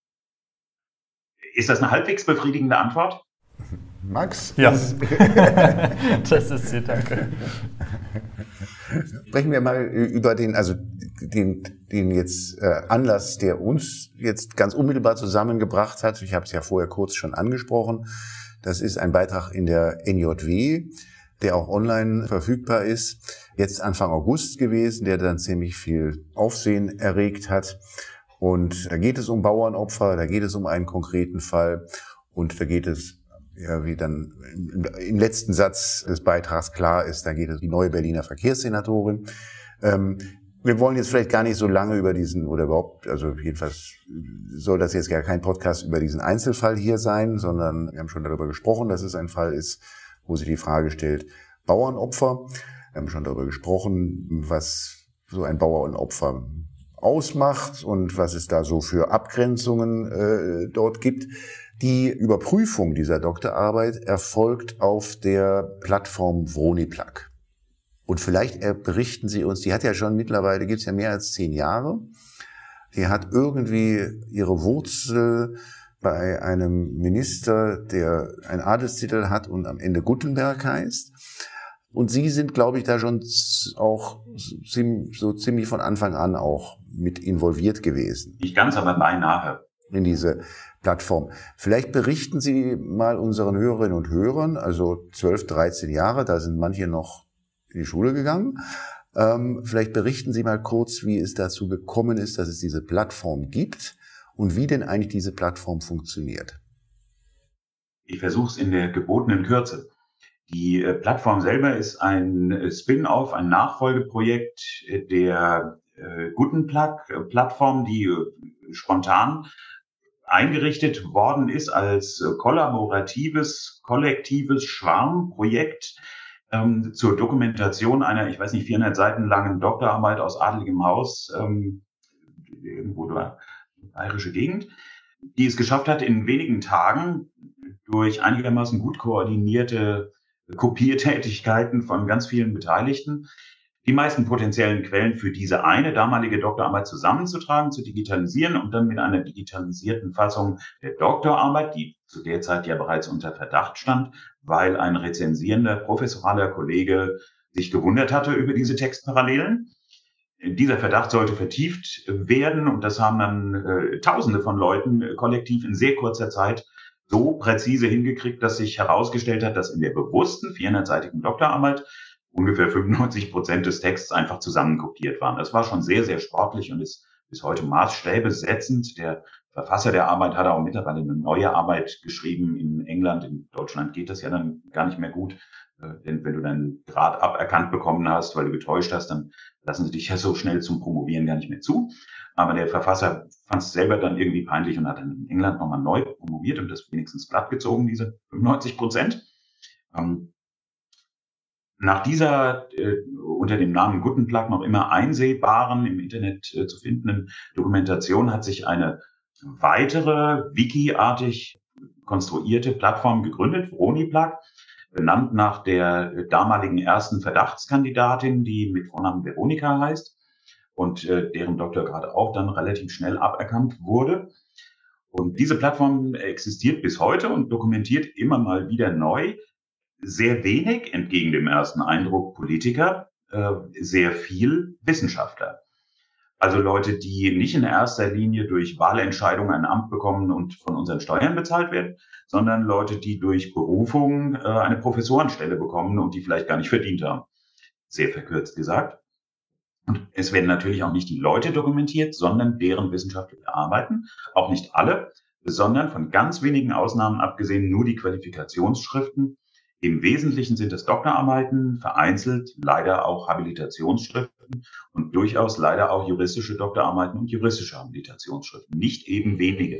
Speaker 3: Ist das eine halbwegs befriedigende Antwort?
Speaker 1: Max?
Speaker 2: Ja, das ist sie, danke.
Speaker 1: Sprechen wir mal über den, also den, den jetzt äh, Anlass, der uns jetzt ganz unmittelbar zusammengebracht hat. Ich habe es ja vorher kurz schon angesprochen. Das ist ein Beitrag in der N J W, der auch online verfügbar ist. Jetzt Anfang August gewesen, der dann ziemlich viel Aufsehen erregt hat. Und da geht es um Bauernopfer, da geht es um einen konkreten Fall und da geht es, ja, wie dann im letzten Satz des Beitrags klar ist, da geht es um die neue Berliner Verkehrssenatorin. Ähm, wir wollen jetzt vielleicht gar nicht so lange über diesen, oder überhaupt, also jedenfalls soll das jetzt gar kein Podcast über diesen Einzelfall hier sein, sondern wir haben schon darüber gesprochen, dass es ein Fall ist, wo sich die Frage stellt, Bauernopfer. Wir haben schon darüber gesprochen, was so ein Bauernopfer ausmacht und was es da so für Abgrenzungen äh, dort gibt. Die Überprüfung dieser Doktorarbeit erfolgt auf der Plattform Vroniplug. Und vielleicht berichten Sie uns, die hat ja schon mittlerweile, gibt es ja mehr als zehn Jahre, die hat irgendwie ihre Wurzel bei einem Minister, der einen Adelstitel hat und am Ende Guttenberg heißt. Und Sie sind, glaube ich, da schon auch so ziemlich von Anfang an auch mit involviert gewesen.
Speaker 3: Nicht ganz, aber beinahe.
Speaker 1: In diese Plattform. Vielleicht berichten Sie mal unseren Hörerinnen und Hörern, also zwölf, dreizehn Jahre, da sind manche noch in die Schule gegangen. Ähm, vielleicht berichten Sie mal kurz, wie es dazu gekommen ist, dass es diese Plattform gibt und wie denn eigentlich diese Plattform funktioniert.
Speaker 3: Ich versuche es in der gebotenen Kürze. Die äh, Plattform selber ist ein äh, Spin-off, ein Nachfolgeprojekt äh, der äh, Gutenberg-Plattform, die äh, spontan eingerichtet worden ist als äh, kollaboratives, kollektives Schwarmprojekt ähm, zur Dokumentation einer, ich weiß nicht, vierhundert Seiten langen Doktorarbeit aus adeligem Haus, ähm, irgendwo da, bayerische Gegend, die es geschafft hat, in wenigen Tagen durch einigermaßen gut koordinierte Kopiertätigkeiten von ganz vielen Beteiligten, die meisten potenziellen Quellen für diese eine damalige Doktorarbeit zusammenzutragen, zu digitalisieren und dann mit einer digitalisierten Fassung der Doktorarbeit, die zu der Zeit ja bereits unter Verdacht stand, weil ein rezensierender professoraler Kollege sich gewundert hatte über diese Textparallelen. Dieser Verdacht sollte vertieft werden und das haben dann äh, Tausende von Leuten äh, kollektiv in sehr kurzer Zeit so präzise hingekriegt, dass sich herausgestellt hat, dass in der bewussten vierhundertseitigen Doktorarbeit ungefähr fünfundneunzig Prozent des Texts einfach zusammenkopiert waren. Das war schon sehr, sehr sportlich und ist bis heute Maßstäbe setzend. Der Verfasser der Arbeit hat auch mittlerweile eine neue Arbeit geschrieben in England. In Deutschland geht das ja dann gar nicht mehr gut. Denn wenn du deinen Grad aberkannt bekommen hast, weil du getäuscht hast, dann lassen sie dich ja so schnell zum Promovieren gar nicht mehr zu. Aber der Verfasser fand es selber dann irgendwie peinlich und hat dann in England nochmal neu promoviert und das wenigstens glatt gezogen, diese fünfundneunzig Prozent. Ähm, Nach dieser äh, unter dem Namen Gutenberg noch immer einsehbaren, im Internet äh, zu findenden Dokumentation hat sich eine weitere Wiki-artig konstruierte Plattform gegründet, VroniPlug, benannt nach der damaligen ersten Verdachtskandidatin, die mit Vornamen Veronika heißt und äh, deren Doktorgrad auch dann relativ schnell aberkannt wurde. Und diese Plattform existiert bis heute und dokumentiert immer mal wieder neu sehr wenig, entgegen dem ersten Eindruck Politiker, äh, sehr viel Wissenschaftler. Also Leute, die nicht in erster Linie durch Wahlentscheidungen ein Amt bekommen und von unseren Steuern bezahlt werden, sondern Leute, die durch Berufung äh, eine Professorenstelle bekommen und die vielleicht gar nicht verdient haben. Sehr verkürzt gesagt. Und es werden natürlich auch nicht die Leute dokumentiert, sondern deren wissenschaftliche Arbeiten. Auch nicht alle, sondern von ganz wenigen Ausnahmen abgesehen nur die Qualifikationsschriften. Im Wesentlichen sind es Doktorarbeiten, vereinzelt leider auch Habilitationsschriften und durchaus leider auch juristische Doktorarbeiten und juristische Habilitationsschriften. Nicht eben wenige.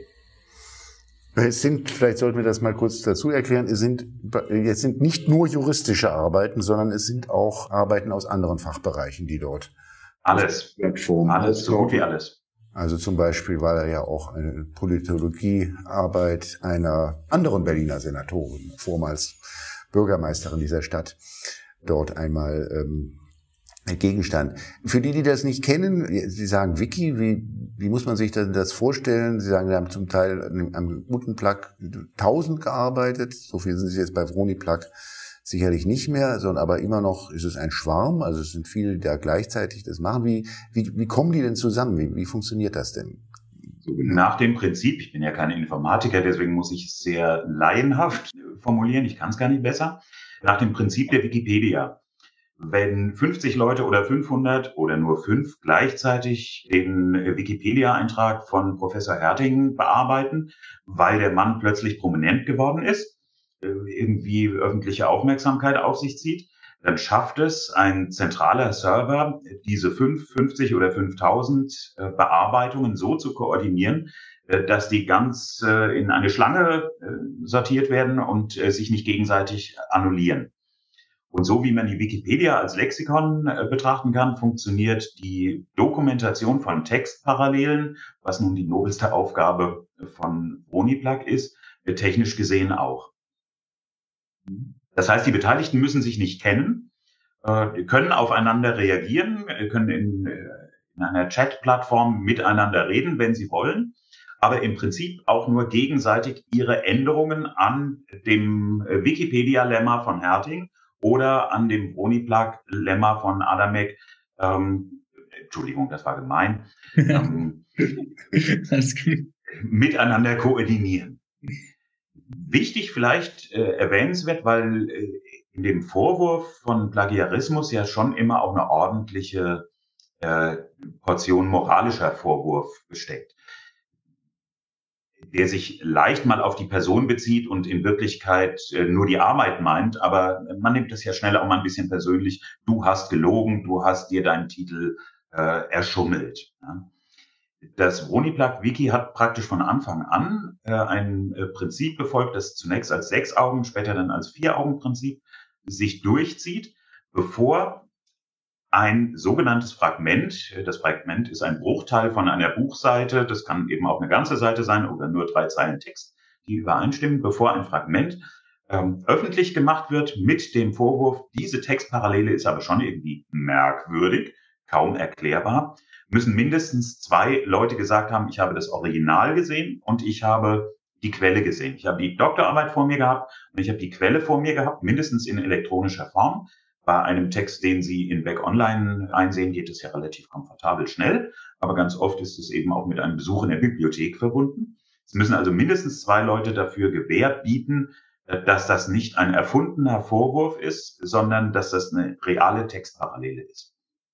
Speaker 1: Es sind, vielleicht sollten wir das mal kurz dazu erklären, es sind, jetzt sind nicht nur juristische Arbeiten, sondern es sind auch Arbeiten aus anderen Fachbereichen, die dort.
Speaker 3: Alles. Plattform. Alles, so gut wie alles.
Speaker 1: Also zum Beispiel war da ja auch eine Politologiearbeit einer anderen Berliner Senatorin, vormals Bürgermeisterin dieser Stadt, dort einmal ähm, Gegenstand. Für die, die das nicht kennen, Sie sagen Wiki, wie, wie muss man sich denn das vorstellen? Sie sagen, Sie haben zum Teil am Gutenberg tausend gearbeitet, so viel sind Sie jetzt bei VroniPlug sicherlich nicht mehr, sondern aber immer noch ist es ein Schwarm, also es sind viele, die da gleichzeitig das machen. Wie, wie, wie kommen die denn zusammen? Wie, wie funktioniert das denn?
Speaker 3: Nach dem Prinzip, ich bin ja kein Informatiker, deswegen muss ich es sehr laienhaft formulieren, ich kann es gar nicht besser, nach dem Prinzip der Wikipedia. Wenn fünfzig Leute oder fünfhundert oder nur fünf gleichzeitig den Wikipedia-Eintrag von Professor Herting bearbeiten, weil der Mann plötzlich prominent geworden ist, irgendwie öffentliche Aufmerksamkeit auf sich zieht, dann schafft es ein zentraler Server, diese fünf, fünfzig oder fünftausend Bearbeitungen so zu koordinieren, dass die ganz in eine Schlange sortiert werden und sich nicht gegenseitig annullieren. Und so wie man die Wikipedia als Lexikon betrachten kann, funktioniert die Dokumentation von Textparallelen, was nun die nobelste Aufgabe von VroniPlug ist, technisch gesehen auch. Das heißt, die Beteiligten müssen sich nicht kennen, äh, können aufeinander reagieren, können in, in einer Chat-Plattform miteinander reden, wenn sie wollen, aber im Prinzip auch nur gegenseitig ihre Änderungen an dem Wikipedia-Lemma von Herting oder an dem VroniPlug-Lemma von Adamek, ähm, Entschuldigung, das war gemein, ähm, miteinander koordinieren. Wichtig vielleicht äh, erwähnenswert, weil äh, in dem Vorwurf von Plagiarismus ja schon immer auch eine ordentliche äh, Portion moralischer Vorwurf steckt, der sich leicht mal auf die Person bezieht und in Wirklichkeit äh, nur die Arbeit meint, aber man nimmt es ja schnell auch mal ein bisschen persönlich. Du hast gelogen, du hast dir deinen Titel äh, erschummelt. Ja? Das VroniPlug-Wiki hat praktisch von Anfang an äh, ein äh, Prinzip befolgt, das zunächst als Sechs-Augen-, später dann als Vier-Augen-Prinzip sich durchzieht, bevor ein sogenanntes Fragment, das Fragment ist ein Bruchteil von einer Buchseite, das kann eben auch eine ganze Seite sein oder nur drei Zeilen Text, die übereinstimmen, bevor ein Fragment ähm, öffentlich gemacht wird mit dem Vorwurf, diese Textparallele ist aber schon irgendwie merkwürdig, kaum erklärbar, müssen mindestens zwei Leute gesagt haben, ich habe das Original gesehen und ich habe die Quelle gesehen. Ich habe die Doktorarbeit vor mir gehabt und ich habe die Quelle vor mir gehabt, mindestens in elektronischer Form. Bei einem Text, den Sie in Beck Online einsehen, geht es ja relativ komfortabel schnell, aber ganz oft ist es eben auch mit einem Besuch in der Bibliothek verbunden. Es müssen also mindestens zwei Leute dafür Gewähr bieten, dass das nicht ein erfundener Vorwurf ist, sondern dass das eine reale Textparallele ist.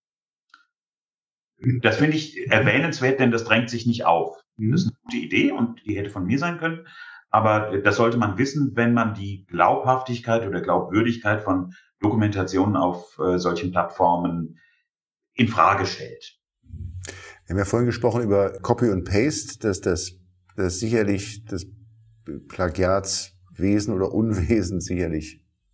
Speaker 3: Das finde ich erwähnenswert, denn das drängt sich nicht auf. Das ist eine gute Idee und die hätte von mir sein können. Aber das sollte man wissen, wenn man die Glaubhaftigkeit oder Glaubwürdigkeit von Dokumentationen auf äh, solchen Plattformen in Frage stellt.
Speaker 1: Wir haben ja vorhin gesprochen über Copy und Paste, dass das, das sicherlich das Plagiatswesen oder Unwesen sicherlich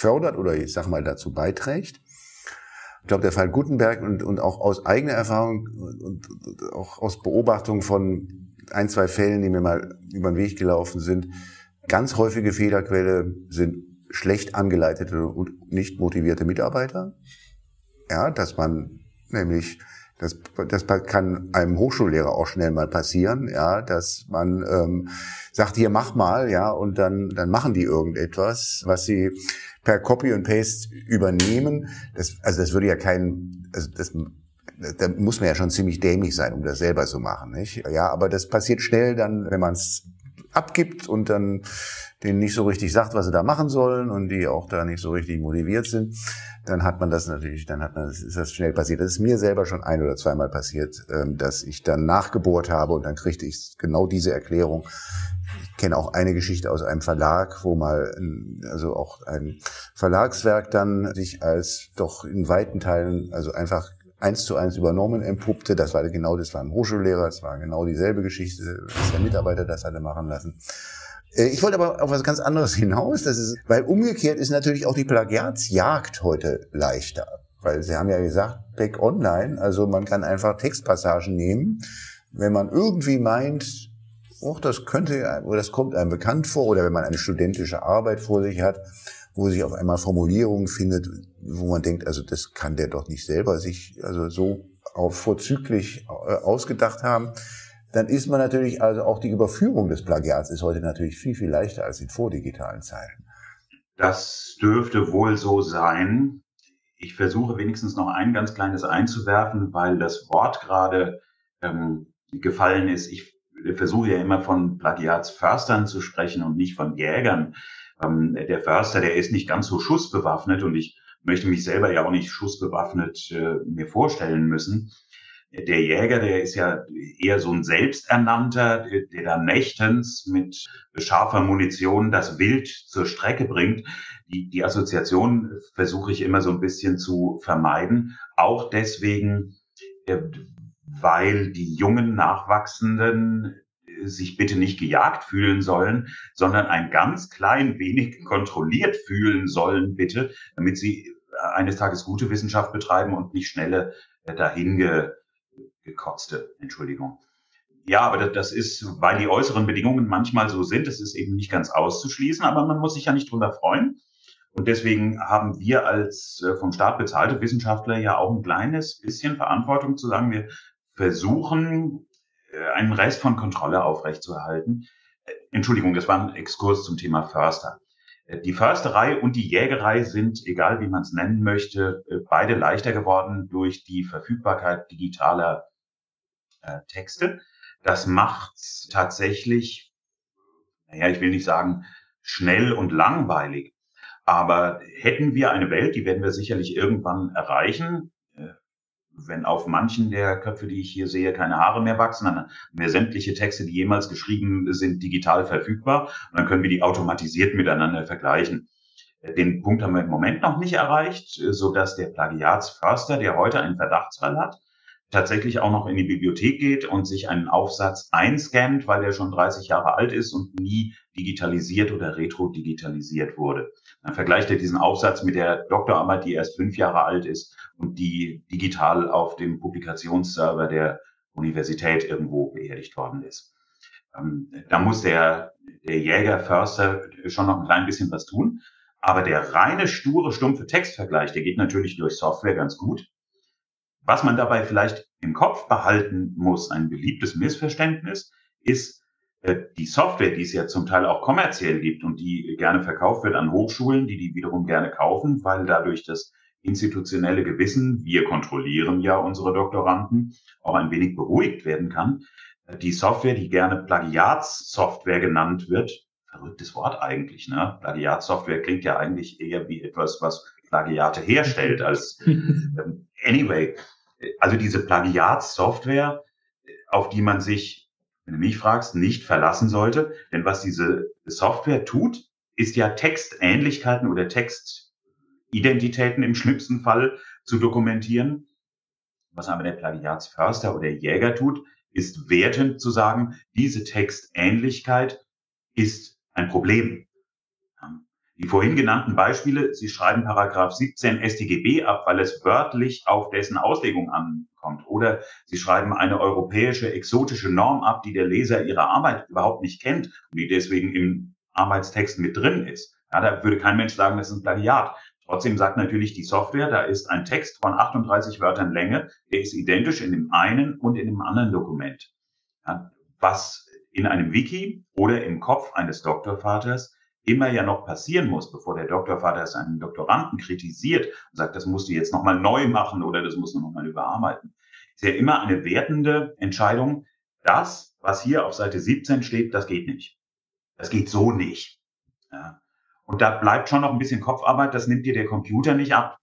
Speaker 1: fördert oder ich sag mal dazu beiträgt. Ich glaube, der Fall Gutenberg und, und auch aus eigener Erfahrung und, und auch aus Beobachtung von ein, zwei Fällen, die mir mal über den Weg gelaufen sind, ganz häufige Fehlerquelle sind schlecht angeleitete und nicht motivierte Mitarbeiter. Ja, dass man nämlich, das, das kann einem Hochschullehrer auch schnell mal passieren, ja, dass man ähm, sagt, hier mach mal, ja, und dann dann machen die irgendetwas, was sie per Copy und Paste übernehmen. Das, also das würde ja kein, also das, da muss man ja schon ziemlich dämlich sein, um das selber zu machen, nicht? Ja, aber das passiert schnell dann, wenn man es abgibt und dann denen nicht so richtig sagt, was sie da machen sollen und die auch da nicht so richtig motiviert sind, dann hat man das natürlich, dann hat man, ist das schnell passiert. Das ist mir selber schon ein oder zweimal passiert, dass ich dann nachgebohrt habe und dann kriegte ich genau diese Erklärung. Ich kenne auch eine Geschichte aus einem Verlag, wo mal, also auch ein Verlagswerk dann sich als doch in weiten Teilen, also einfach eins zu eins übernommen entpuppte. Das war genau, das war ein Hochschullehrer, es war genau dieselbe Geschichte, dass der Mitarbeiter das hatte machen lassen. Ich wollte aber auf was ganz anderes hinaus, das ist, weil umgekehrt ist natürlich auch die Plagiatsjagd heute leichter. Weil Sie haben ja gesagt, Back Online, also man kann einfach Textpassagen nehmen, wenn man irgendwie meint, oh, das könnte, oder das kommt einem bekannt vor, oder wenn man eine studentische Arbeit vor sich hat, wo sich auf einmal Formulierungen findet, wo man denkt, also das kann der doch nicht selber sich also so auf vorzüglich ausgedacht haben. Dann ist man natürlich, also auch die Überführung des Plagiats ist heute natürlich viel, viel leichter als in vordigitalen Zeiten.
Speaker 3: Das dürfte wohl so sein. Ich versuche wenigstens noch ein ganz kleines einzuwerfen, weil das Wort gerade ähm, gefallen ist. Ich versuche ja immer von Plagiatsförstern zu sprechen und nicht von Jägern. Ähm, der Förster, der ist nicht ganz so schussbewaffnet und ich möchte mich selber ja auch nicht schussbewaffnet äh, mir vorstellen müssen. Der Jäger, der ist ja eher so ein Selbsternannter, der dann nächtens mit scharfer Munition das Wild zur Strecke bringt. Die, die Assoziation versuche ich immer so ein bisschen zu vermeiden. Auch deswegen, weil die jungen Nachwachsenden sich bitte nicht gejagt fühlen sollen, sondern ein ganz klein wenig kontrolliert fühlen sollen, bitte, damit sie eines Tages gute Wissenschaft betreiben und nicht schnelle dahinge gekotzte, Entschuldigung. Ja, aber das ist, weil die äußeren Bedingungen manchmal so sind, das ist eben nicht ganz auszuschließen, aber man muss sich ja nicht drüber freuen. Und deswegen haben wir als vom Staat bezahlte Wissenschaftler ja auch ein kleines bisschen Verantwortung zu sagen, wir versuchen, einen Rest von Kontrolle aufrechtzuerhalten. Entschuldigung, das war ein Exkurs zum Thema Förster. Die Försterei und die Jägerei sind, egal wie man es nennen möchte, beide leichter geworden durch die Verfügbarkeit digitaler äh, Texte. Das macht's tatsächlich, naja, ich will nicht sagen schnell und langweilig, aber hätten wir eine Welt, die werden wir sicherlich irgendwann erreichen, äh, wenn auf manchen der Köpfe, die ich hier sehe, keine Haare mehr wachsen, dann haben wir sämtliche Texte, die jemals geschrieben sind, digital verfügbar und dann können wir die automatisiert miteinander vergleichen. Den Punkt haben wir im Moment noch nicht erreicht, so dass der Plagiatsförster, der heute einen Verdachtsfall hat, tatsächlich auch noch in die Bibliothek geht und sich einen Aufsatz einscannt, weil der schon dreißig Jahre alt ist und nie digitalisiert oder retro-digitalisiert wurde. Dann vergleicht er diesen Aufsatz mit der Doktorarbeit, die erst fünf Jahre alt ist und die digital auf dem Publikationsserver der Universität irgendwo beerdigt worden ist. Ähm, da muss der, der Jäger-Förster schon noch ein klein bisschen was tun. Aber der reine, sture, stumpfe Textvergleich, der geht natürlich durch Software ganz gut. Was man dabei vielleicht im Kopf behalten muss, ein beliebtes Missverständnis, ist äh, die Software, die es ja zum Teil auch kommerziell gibt und die gerne verkauft wird an Hochschulen, die die wiederum gerne kaufen, weil dadurch das institutionelle Gewissen, wir kontrollieren ja unsere Doktoranden, auch ein wenig beruhigt werden kann. Die Software, die gerne Plagiatssoftware genannt wird, verrücktes Wort eigentlich, ne? Plagiatsoftware klingt ja eigentlich eher wie etwas, was Plagiate herstellt als ähm, anyway. Also diese Plagiatssoftware, auf die man sich, wenn du mich fragst, nicht verlassen sollte, denn was diese Software tut, ist ja Textähnlichkeiten oder Textidentitäten im schlimmsten Fall zu dokumentieren. Was aber der Plagiatsförster oder Jäger tut, ist wertend zu sagen, diese Textähnlichkeit ist ein Problem. Die vorhin genannten Beispiele, Sie schreiben Paragraph siebzehn S t G B ab, weil es wörtlich auf dessen Auslegung ankommt. Oder Sie schreiben eine europäische exotische Norm ab, die der Leser Ihrer Arbeit überhaupt nicht kennt und die deswegen im Arbeitstext mit drin ist. Ja, da würde kein Mensch sagen, das ist ein Plagiat. Trotzdem sagt natürlich die Software, da ist ein Text von achtunddreißig Wörtern Länge, der ist identisch in dem einen und in dem anderen Dokument. Ja, was in einem Wiki oder im Kopf eines Doktorvaters immer ja noch passieren muss, bevor der Doktorvater seinen Doktoranden kritisiert und sagt, das musst du jetzt nochmal neu machen oder das musst du nochmal überarbeiten, ist ja immer eine wertende Entscheidung. Das, was hier auf Seite siebzehn steht, das geht nicht. Das geht so nicht. Ja. Und da bleibt schon noch ein bisschen Kopfarbeit, das nimmt dir der Computer nicht ab.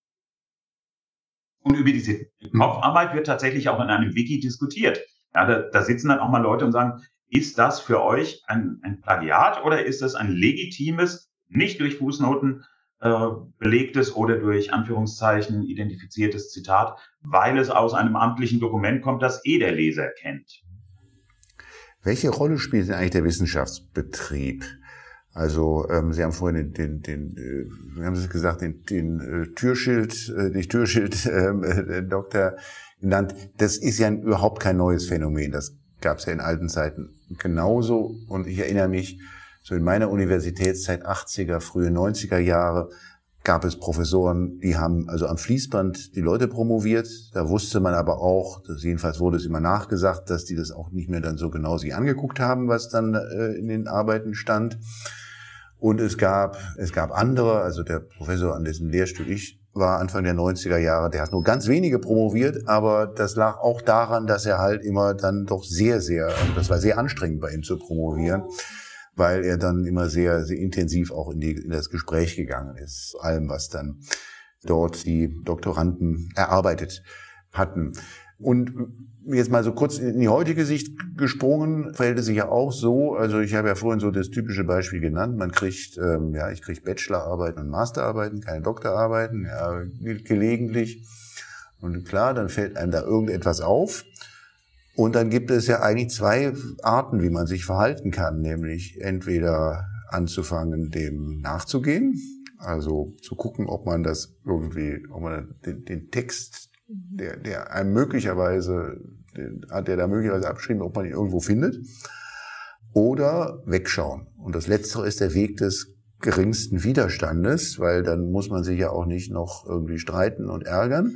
Speaker 3: Und über diese Kopfarbeit wird tatsächlich auch in einem Wiki diskutiert. Ja, da, da sitzen dann auch mal Leute und sagen, ist das für euch ein, ein Plagiat oder ist das ein legitimes, nicht durch Fußnoten äh, belegtes oder durch Anführungszeichen identifiziertes Zitat, weil es aus einem amtlichen Dokument kommt, das eh der Leser kennt?
Speaker 1: Welche Rolle spielt denn eigentlich der Wissenschaftsbetrieb? Also ähm, Sie haben vorhin den, den, den äh, wie haben Sie es gesagt, den, den äh, Türschild, äh, nicht Türschild, äh, Doktor genannt. Das ist ja überhaupt kein neues Phänomen. Das gab es ja in alten Zeiten genauso. Und ich erinnere mich, so in meiner Universitätszeit, achtziger, frühe neunziger Jahre, gab es Professoren, die haben also am Fließband die Leute promoviert. Da wusste man aber auch, dass jedenfalls wurde es immer nachgesagt, dass die das auch nicht mehr dann so genau sich angeguckt haben, was dann äh, in den Arbeiten stand. Und es gab, es gab andere, also der Professor, an dessen Lehrstuhl ich war, Anfang der neunziger Jahre, der hat nur ganz wenige promoviert, aber das lag auch daran, dass er halt immer dann doch sehr, sehr, das war sehr anstrengend bei ihm zu promovieren, weil er dann immer sehr, sehr intensiv auch in, die, in das Gespräch gegangen ist, allem, was dann dort die Doktoranden erarbeitet hatten. Und jetzt mal so kurz in die heutige Sicht gesprungen, verhält es sich ja auch so, also ich habe ja vorhin so das typische Beispiel genannt, man kriegt, ähm, ja, ich kriege Bachelorarbeiten und Masterarbeiten, keine Doktorarbeiten, ja, gelegentlich. Und klar, dann fällt einem da irgendetwas auf. Und dann gibt es ja eigentlich zwei Arten, wie man sich verhalten kann, nämlich entweder anzufangen, dem nachzugehen, also zu gucken, ob man das irgendwie, ob man den, den Text, der, der einem möglicherweise, den hat der da möglicherweise abgeschrieben, ob man ihn irgendwo findet, oder wegschauen. Und das Letztere ist der Weg des geringsten Widerstandes, weil dann muss man sich ja auch nicht noch irgendwie streiten und ärgern.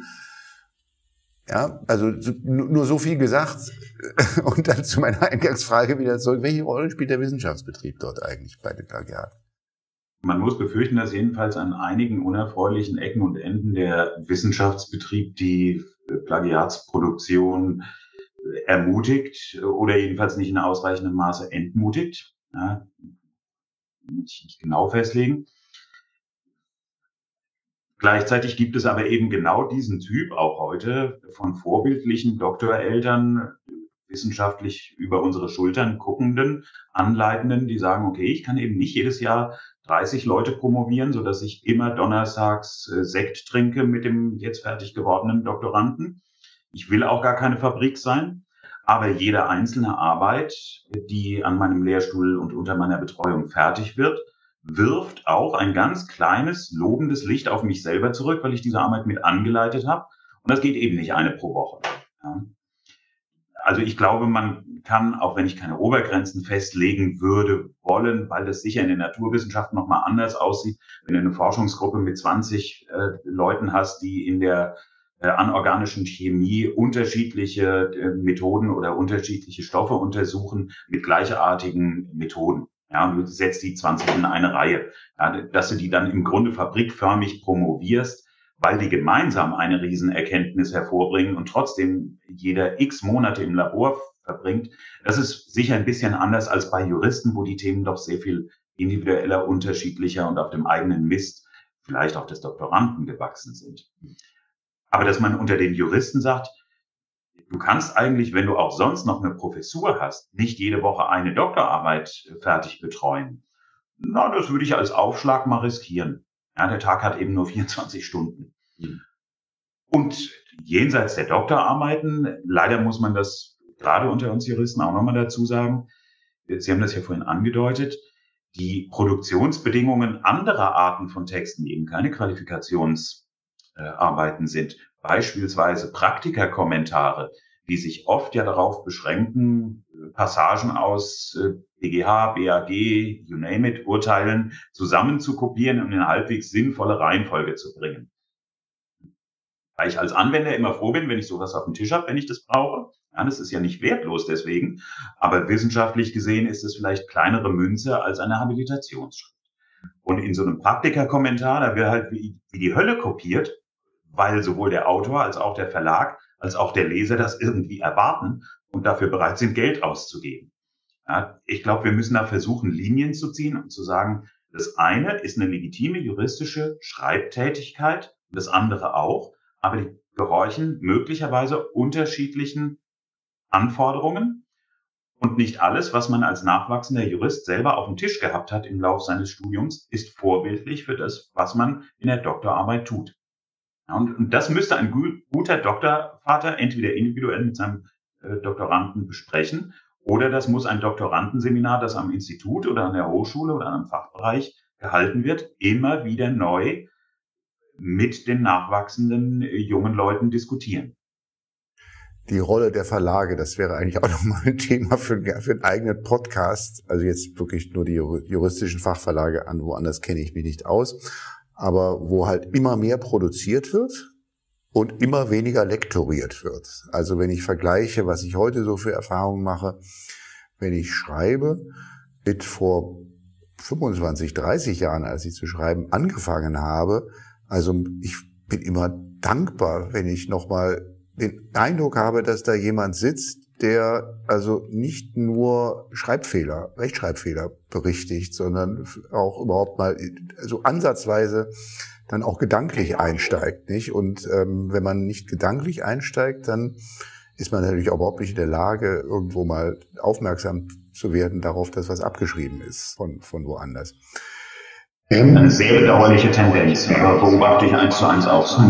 Speaker 1: Ja, also nur so viel gesagt und dann zu meiner Eingangsfrage wieder zurück. Welche Rolle spielt der Wissenschaftsbetrieb dort eigentlich bei den Plagiaten?
Speaker 3: Man muss befürchten, dass jedenfalls an einigen unerfreulichen Ecken und Enden der Wissenschaftsbetrieb die Plagiatsproduktion ermutigt oder jedenfalls nicht in ausreichendem Maße entmutigt. Ja, muss ich nicht genau festlegen. Gleichzeitig gibt es aber eben genau diesen Typ auch heute von vorbildlichen Doktoreltern, wissenschaftlich über unsere Schultern guckenden, Anleitenden, die sagen, okay, ich kann eben nicht jedes Jahr dreißig Leute promovieren, so dass ich immer donnerstags äh, Sekt trinke mit dem jetzt fertig gewordenen Doktoranden. Ich will auch gar keine Fabrik sein, aber jede einzelne Arbeit, die an meinem Lehrstuhl und unter meiner Betreuung fertig wird, wirft auch ein ganz kleines, lobendes Licht auf mich selber zurück, weil ich diese Arbeit mit angeleitet habe. Und das geht eben nicht eine pro Woche. Ja. Also ich glaube, man kann, auch wenn ich keine Obergrenzen festlegen würde, wollen, weil das sicher in den Naturwissenschaften nochmal anders aussieht, wenn du eine Forschungsgruppe mit zwanzig äh, Leuten hast, die in der äh, anorganischen Chemie unterschiedliche äh, Methoden oder unterschiedliche Stoffe untersuchen mit gleichartigen Methoden. Ja, und du setzt die zwanzig in eine Reihe, ja, dass du die dann im Grunde fabrikförmig promovierst, weil die gemeinsam eine Riesenerkenntnis hervorbringen und trotzdem jeder x Monate im Labor verbringt. Das ist sicher ein bisschen anders als bei Juristen, wo die Themen doch sehr viel individueller, unterschiedlicher und auf dem eigenen Mist, vielleicht auch des Doktoranden, gewachsen sind. Aber dass man unter den Juristen sagt, du kannst eigentlich, wenn du auch sonst noch eine Professur hast, nicht jede Woche eine Doktorarbeit fertig betreuen. Na, das würde ich als Aufschlag mal riskieren. Ja, der Tag hat eben nur vierundzwanzig Stunden. Mhm. Und jenseits der Doktorarbeiten, leider muss man das gerade unter uns Juristen auch nochmal dazu sagen, Sie haben das ja vorhin angedeutet, die Produktionsbedingungen anderer Arten von Texten, die eben keine Qualifikationsarbeiten sind, beispielsweise Praktikerkommentare, die sich oft ja darauf beschränken, Passagen aus B G H, B A G, you name it, Urteilen zusammen zu kopieren und in eine halbwegs sinnvolle Reihenfolge zu bringen. Weil ich als Anwender immer froh bin, wenn ich sowas auf dem Tisch habe, wenn ich das brauche. Ja, das ist ja nicht wertlos deswegen, aber wissenschaftlich gesehen ist es vielleicht kleinere Münze als eine Habilitationsschrift. Und in so einem Praktikerkommentar, da wird halt wie, wie die Hölle kopiert, weil sowohl der Autor als auch der Verlag als auch der Leser das irgendwie erwarten und dafür bereit sind, Geld auszugeben. Ja, ich glaube, wir müssen da versuchen, Linien zu ziehen und zu sagen, das eine ist eine legitime juristische Schreibtätigkeit, das andere auch, aber die gehorchen möglicherweise unterschiedlichen Anforderungen und nicht alles, was man als nachwachsender Jurist selber auf dem Tisch gehabt hat im Laufe seines Studiums, ist vorbildlich für das, was man in der Doktorarbeit tut. Ja, und, und das müsste ein gu- guter Doktorvater entweder individuell mit seinem äh, Doktoranden besprechen oder das muss ein Doktorandenseminar, das am Institut oder an der Hochschule oder am Fachbereich gehalten wird, immer wieder neu mit den nachwachsenden äh, jungen Leuten diskutieren.
Speaker 1: Die Rolle der Verlage, das wäre eigentlich auch nochmal ein Thema für, für einen eigenen Podcast. Also jetzt wirklich nur die juristischen Fachverlage an, woanders kenne ich mich nicht aus. Aber wo halt immer mehr produziert wird und immer weniger lektoriert wird. Also wenn ich vergleiche, was ich heute so für Erfahrungen mache, wenn ich schreibe, mit vor fünfundzwanzig, dreißig Jahren, als ich zu schreiben angefangen habe, also ich bin immer dankbar, wenn ich nochmal den Eindruck habe, dass da jemand sitzt, der also nicht nur Schreibfehler, Rechtschreibfehler berichtigt, sondern auch überhaupt mal so ansatzweise dann auch gedanklich einsteigt, nicht? Und ähm, wenn man nicht gedanklich einsteigt, dann ist man natürlich auch überhaupt nicht in der Lage, irgendwo mal aufmerksam zu werden darauf, dass was abgeschrieben ist von von woanders.
Speaker 3: Eine sehr bedauerliche Tendenz, aber beobachte ich eins zu eins auch so.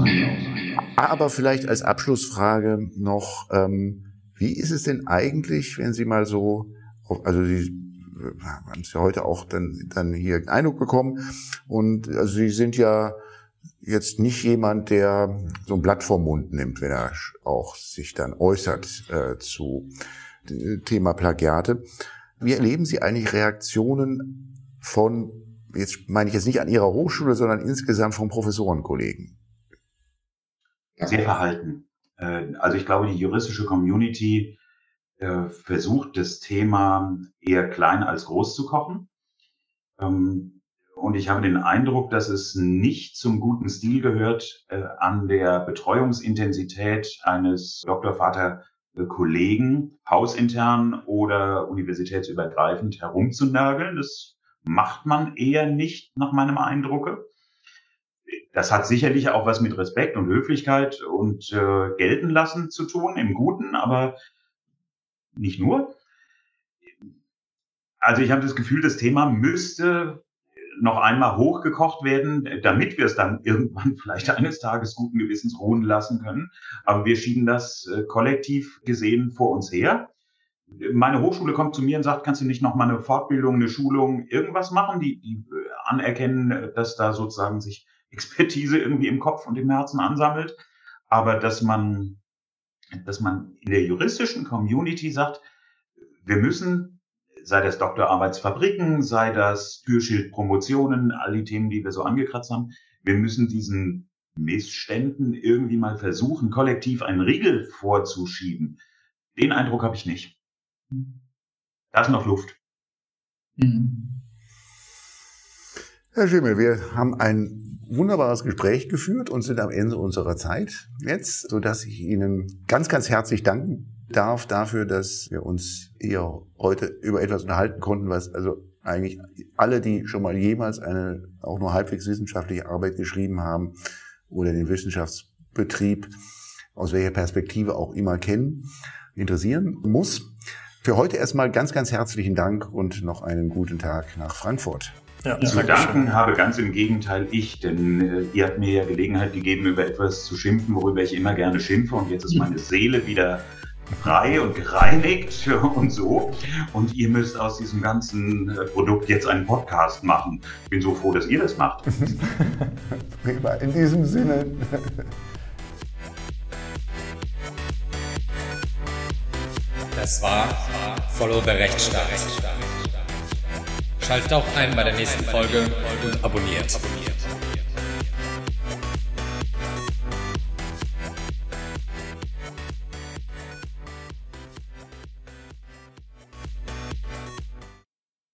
Speaker 1: Aber vielleicht als Abschlussfrage noch, ähm, wie ist es denn eigentlich, wenn Sie mal so, also Sie haben es ja heute auch dann, dann hier einen Eindruck bekommen und also Sie sind ja jetzt nicht jemand, der so ein Blatt vom Mund nimmt, wenn er auch sich dann äußert äh, zu Thema Plagiate. Wie erleben Sie eigentlich Reaktionen von, jetzt meine ich jetzt nicht an Ihrer Hochschule, sondern insgesamt von Professorenkollegen?
Speaker 3: Sehr verhalten. Also ich glaube, die juristische Community versucht, das Thema eher klein als groß zu kochen. Und ich habe den Eindruck, dass es nicht zum guten Stil gehört, an der Betreuungsintensität eines Doktorvater-Kollegen hausintern oder universitätsübergreifend herumzunörgeln. Das macht man eher nicht, nach meinem Eindruck. Das hat sicherlich auch was mit Respekt und Höflichkeit und äh, gelten lassen zu tun, im Guten, aber nicht nur. Also ich habe das Gefühl, das Thema müsste noch einmal hochgekocht werden, damit wir es dann irgendwann vielleicht eines Tages guten Gewissens ruhen lassen können. Aber wir schieben das äh, kollektiv gesehen vor uns her. Meine Hochschule kommt zu mir und sagt, kannst du nicht noch mal eine Fortbildung, eine Schulung, irgendwas machen, die, die anerkennen, dass da sozusagen sich Expertise irgendwie im Kopf und im Herzen ansammelt, aber dass man, dass man in der juristischen Community sagt, wir müssen, sei das Doktorarbeitsfabriken, sei das Türschild-Promotionen, all die Themen, die wir so angekratzt haben, wir müssen diesen Missständen irgendwie mal versuchen, kollektiv einen Riegel vorzuschieben. Den Eindruck habe ich nicht. Da ist noch Luft.
Speaker 1: Mhm. Herr Schimmel, wir haben ein wunderbares Gespräch geführt und sind am Ende unserer Zeit jetzt, sodass ich Ihnen ganz, ganz herzlich danken darf dafür, dass wir uns hier heute über etwas unterhalten konnten, was also eigentlich alle, die schon mal jemals eine auch nur halbwegs wissenschaftliche Arbeit geschrieben haben oder den Wissenschaftsbetrieb aus welcher Perspektive auch immer kennen, interessieren muss. Für heute erstmal ganz, ganz herzlichen Dank und noch einen guten Tag nach Frankfurt.
Speaker 3: Ja, zu danken habe ganz im Gegenteil ich, denn äh, ihr habt mir ja Gelegenheit gegeben, über etwas zu schimpfen, worüber ich immer gerne schimpfe und jetzt ist meine Seele wieder frei und gereinigt und so. Und ihr müsst aus diesem ganzen Produkt jetzt einen Podcast machen. Ich bin so froh, dass ihr das macht.
Speaker 1: Prima, in diesem Sinne.
Speaker 4: Das war Follow the Rechtsstaat. Schaltet auch ein bei der nächsten Folge und abonniert.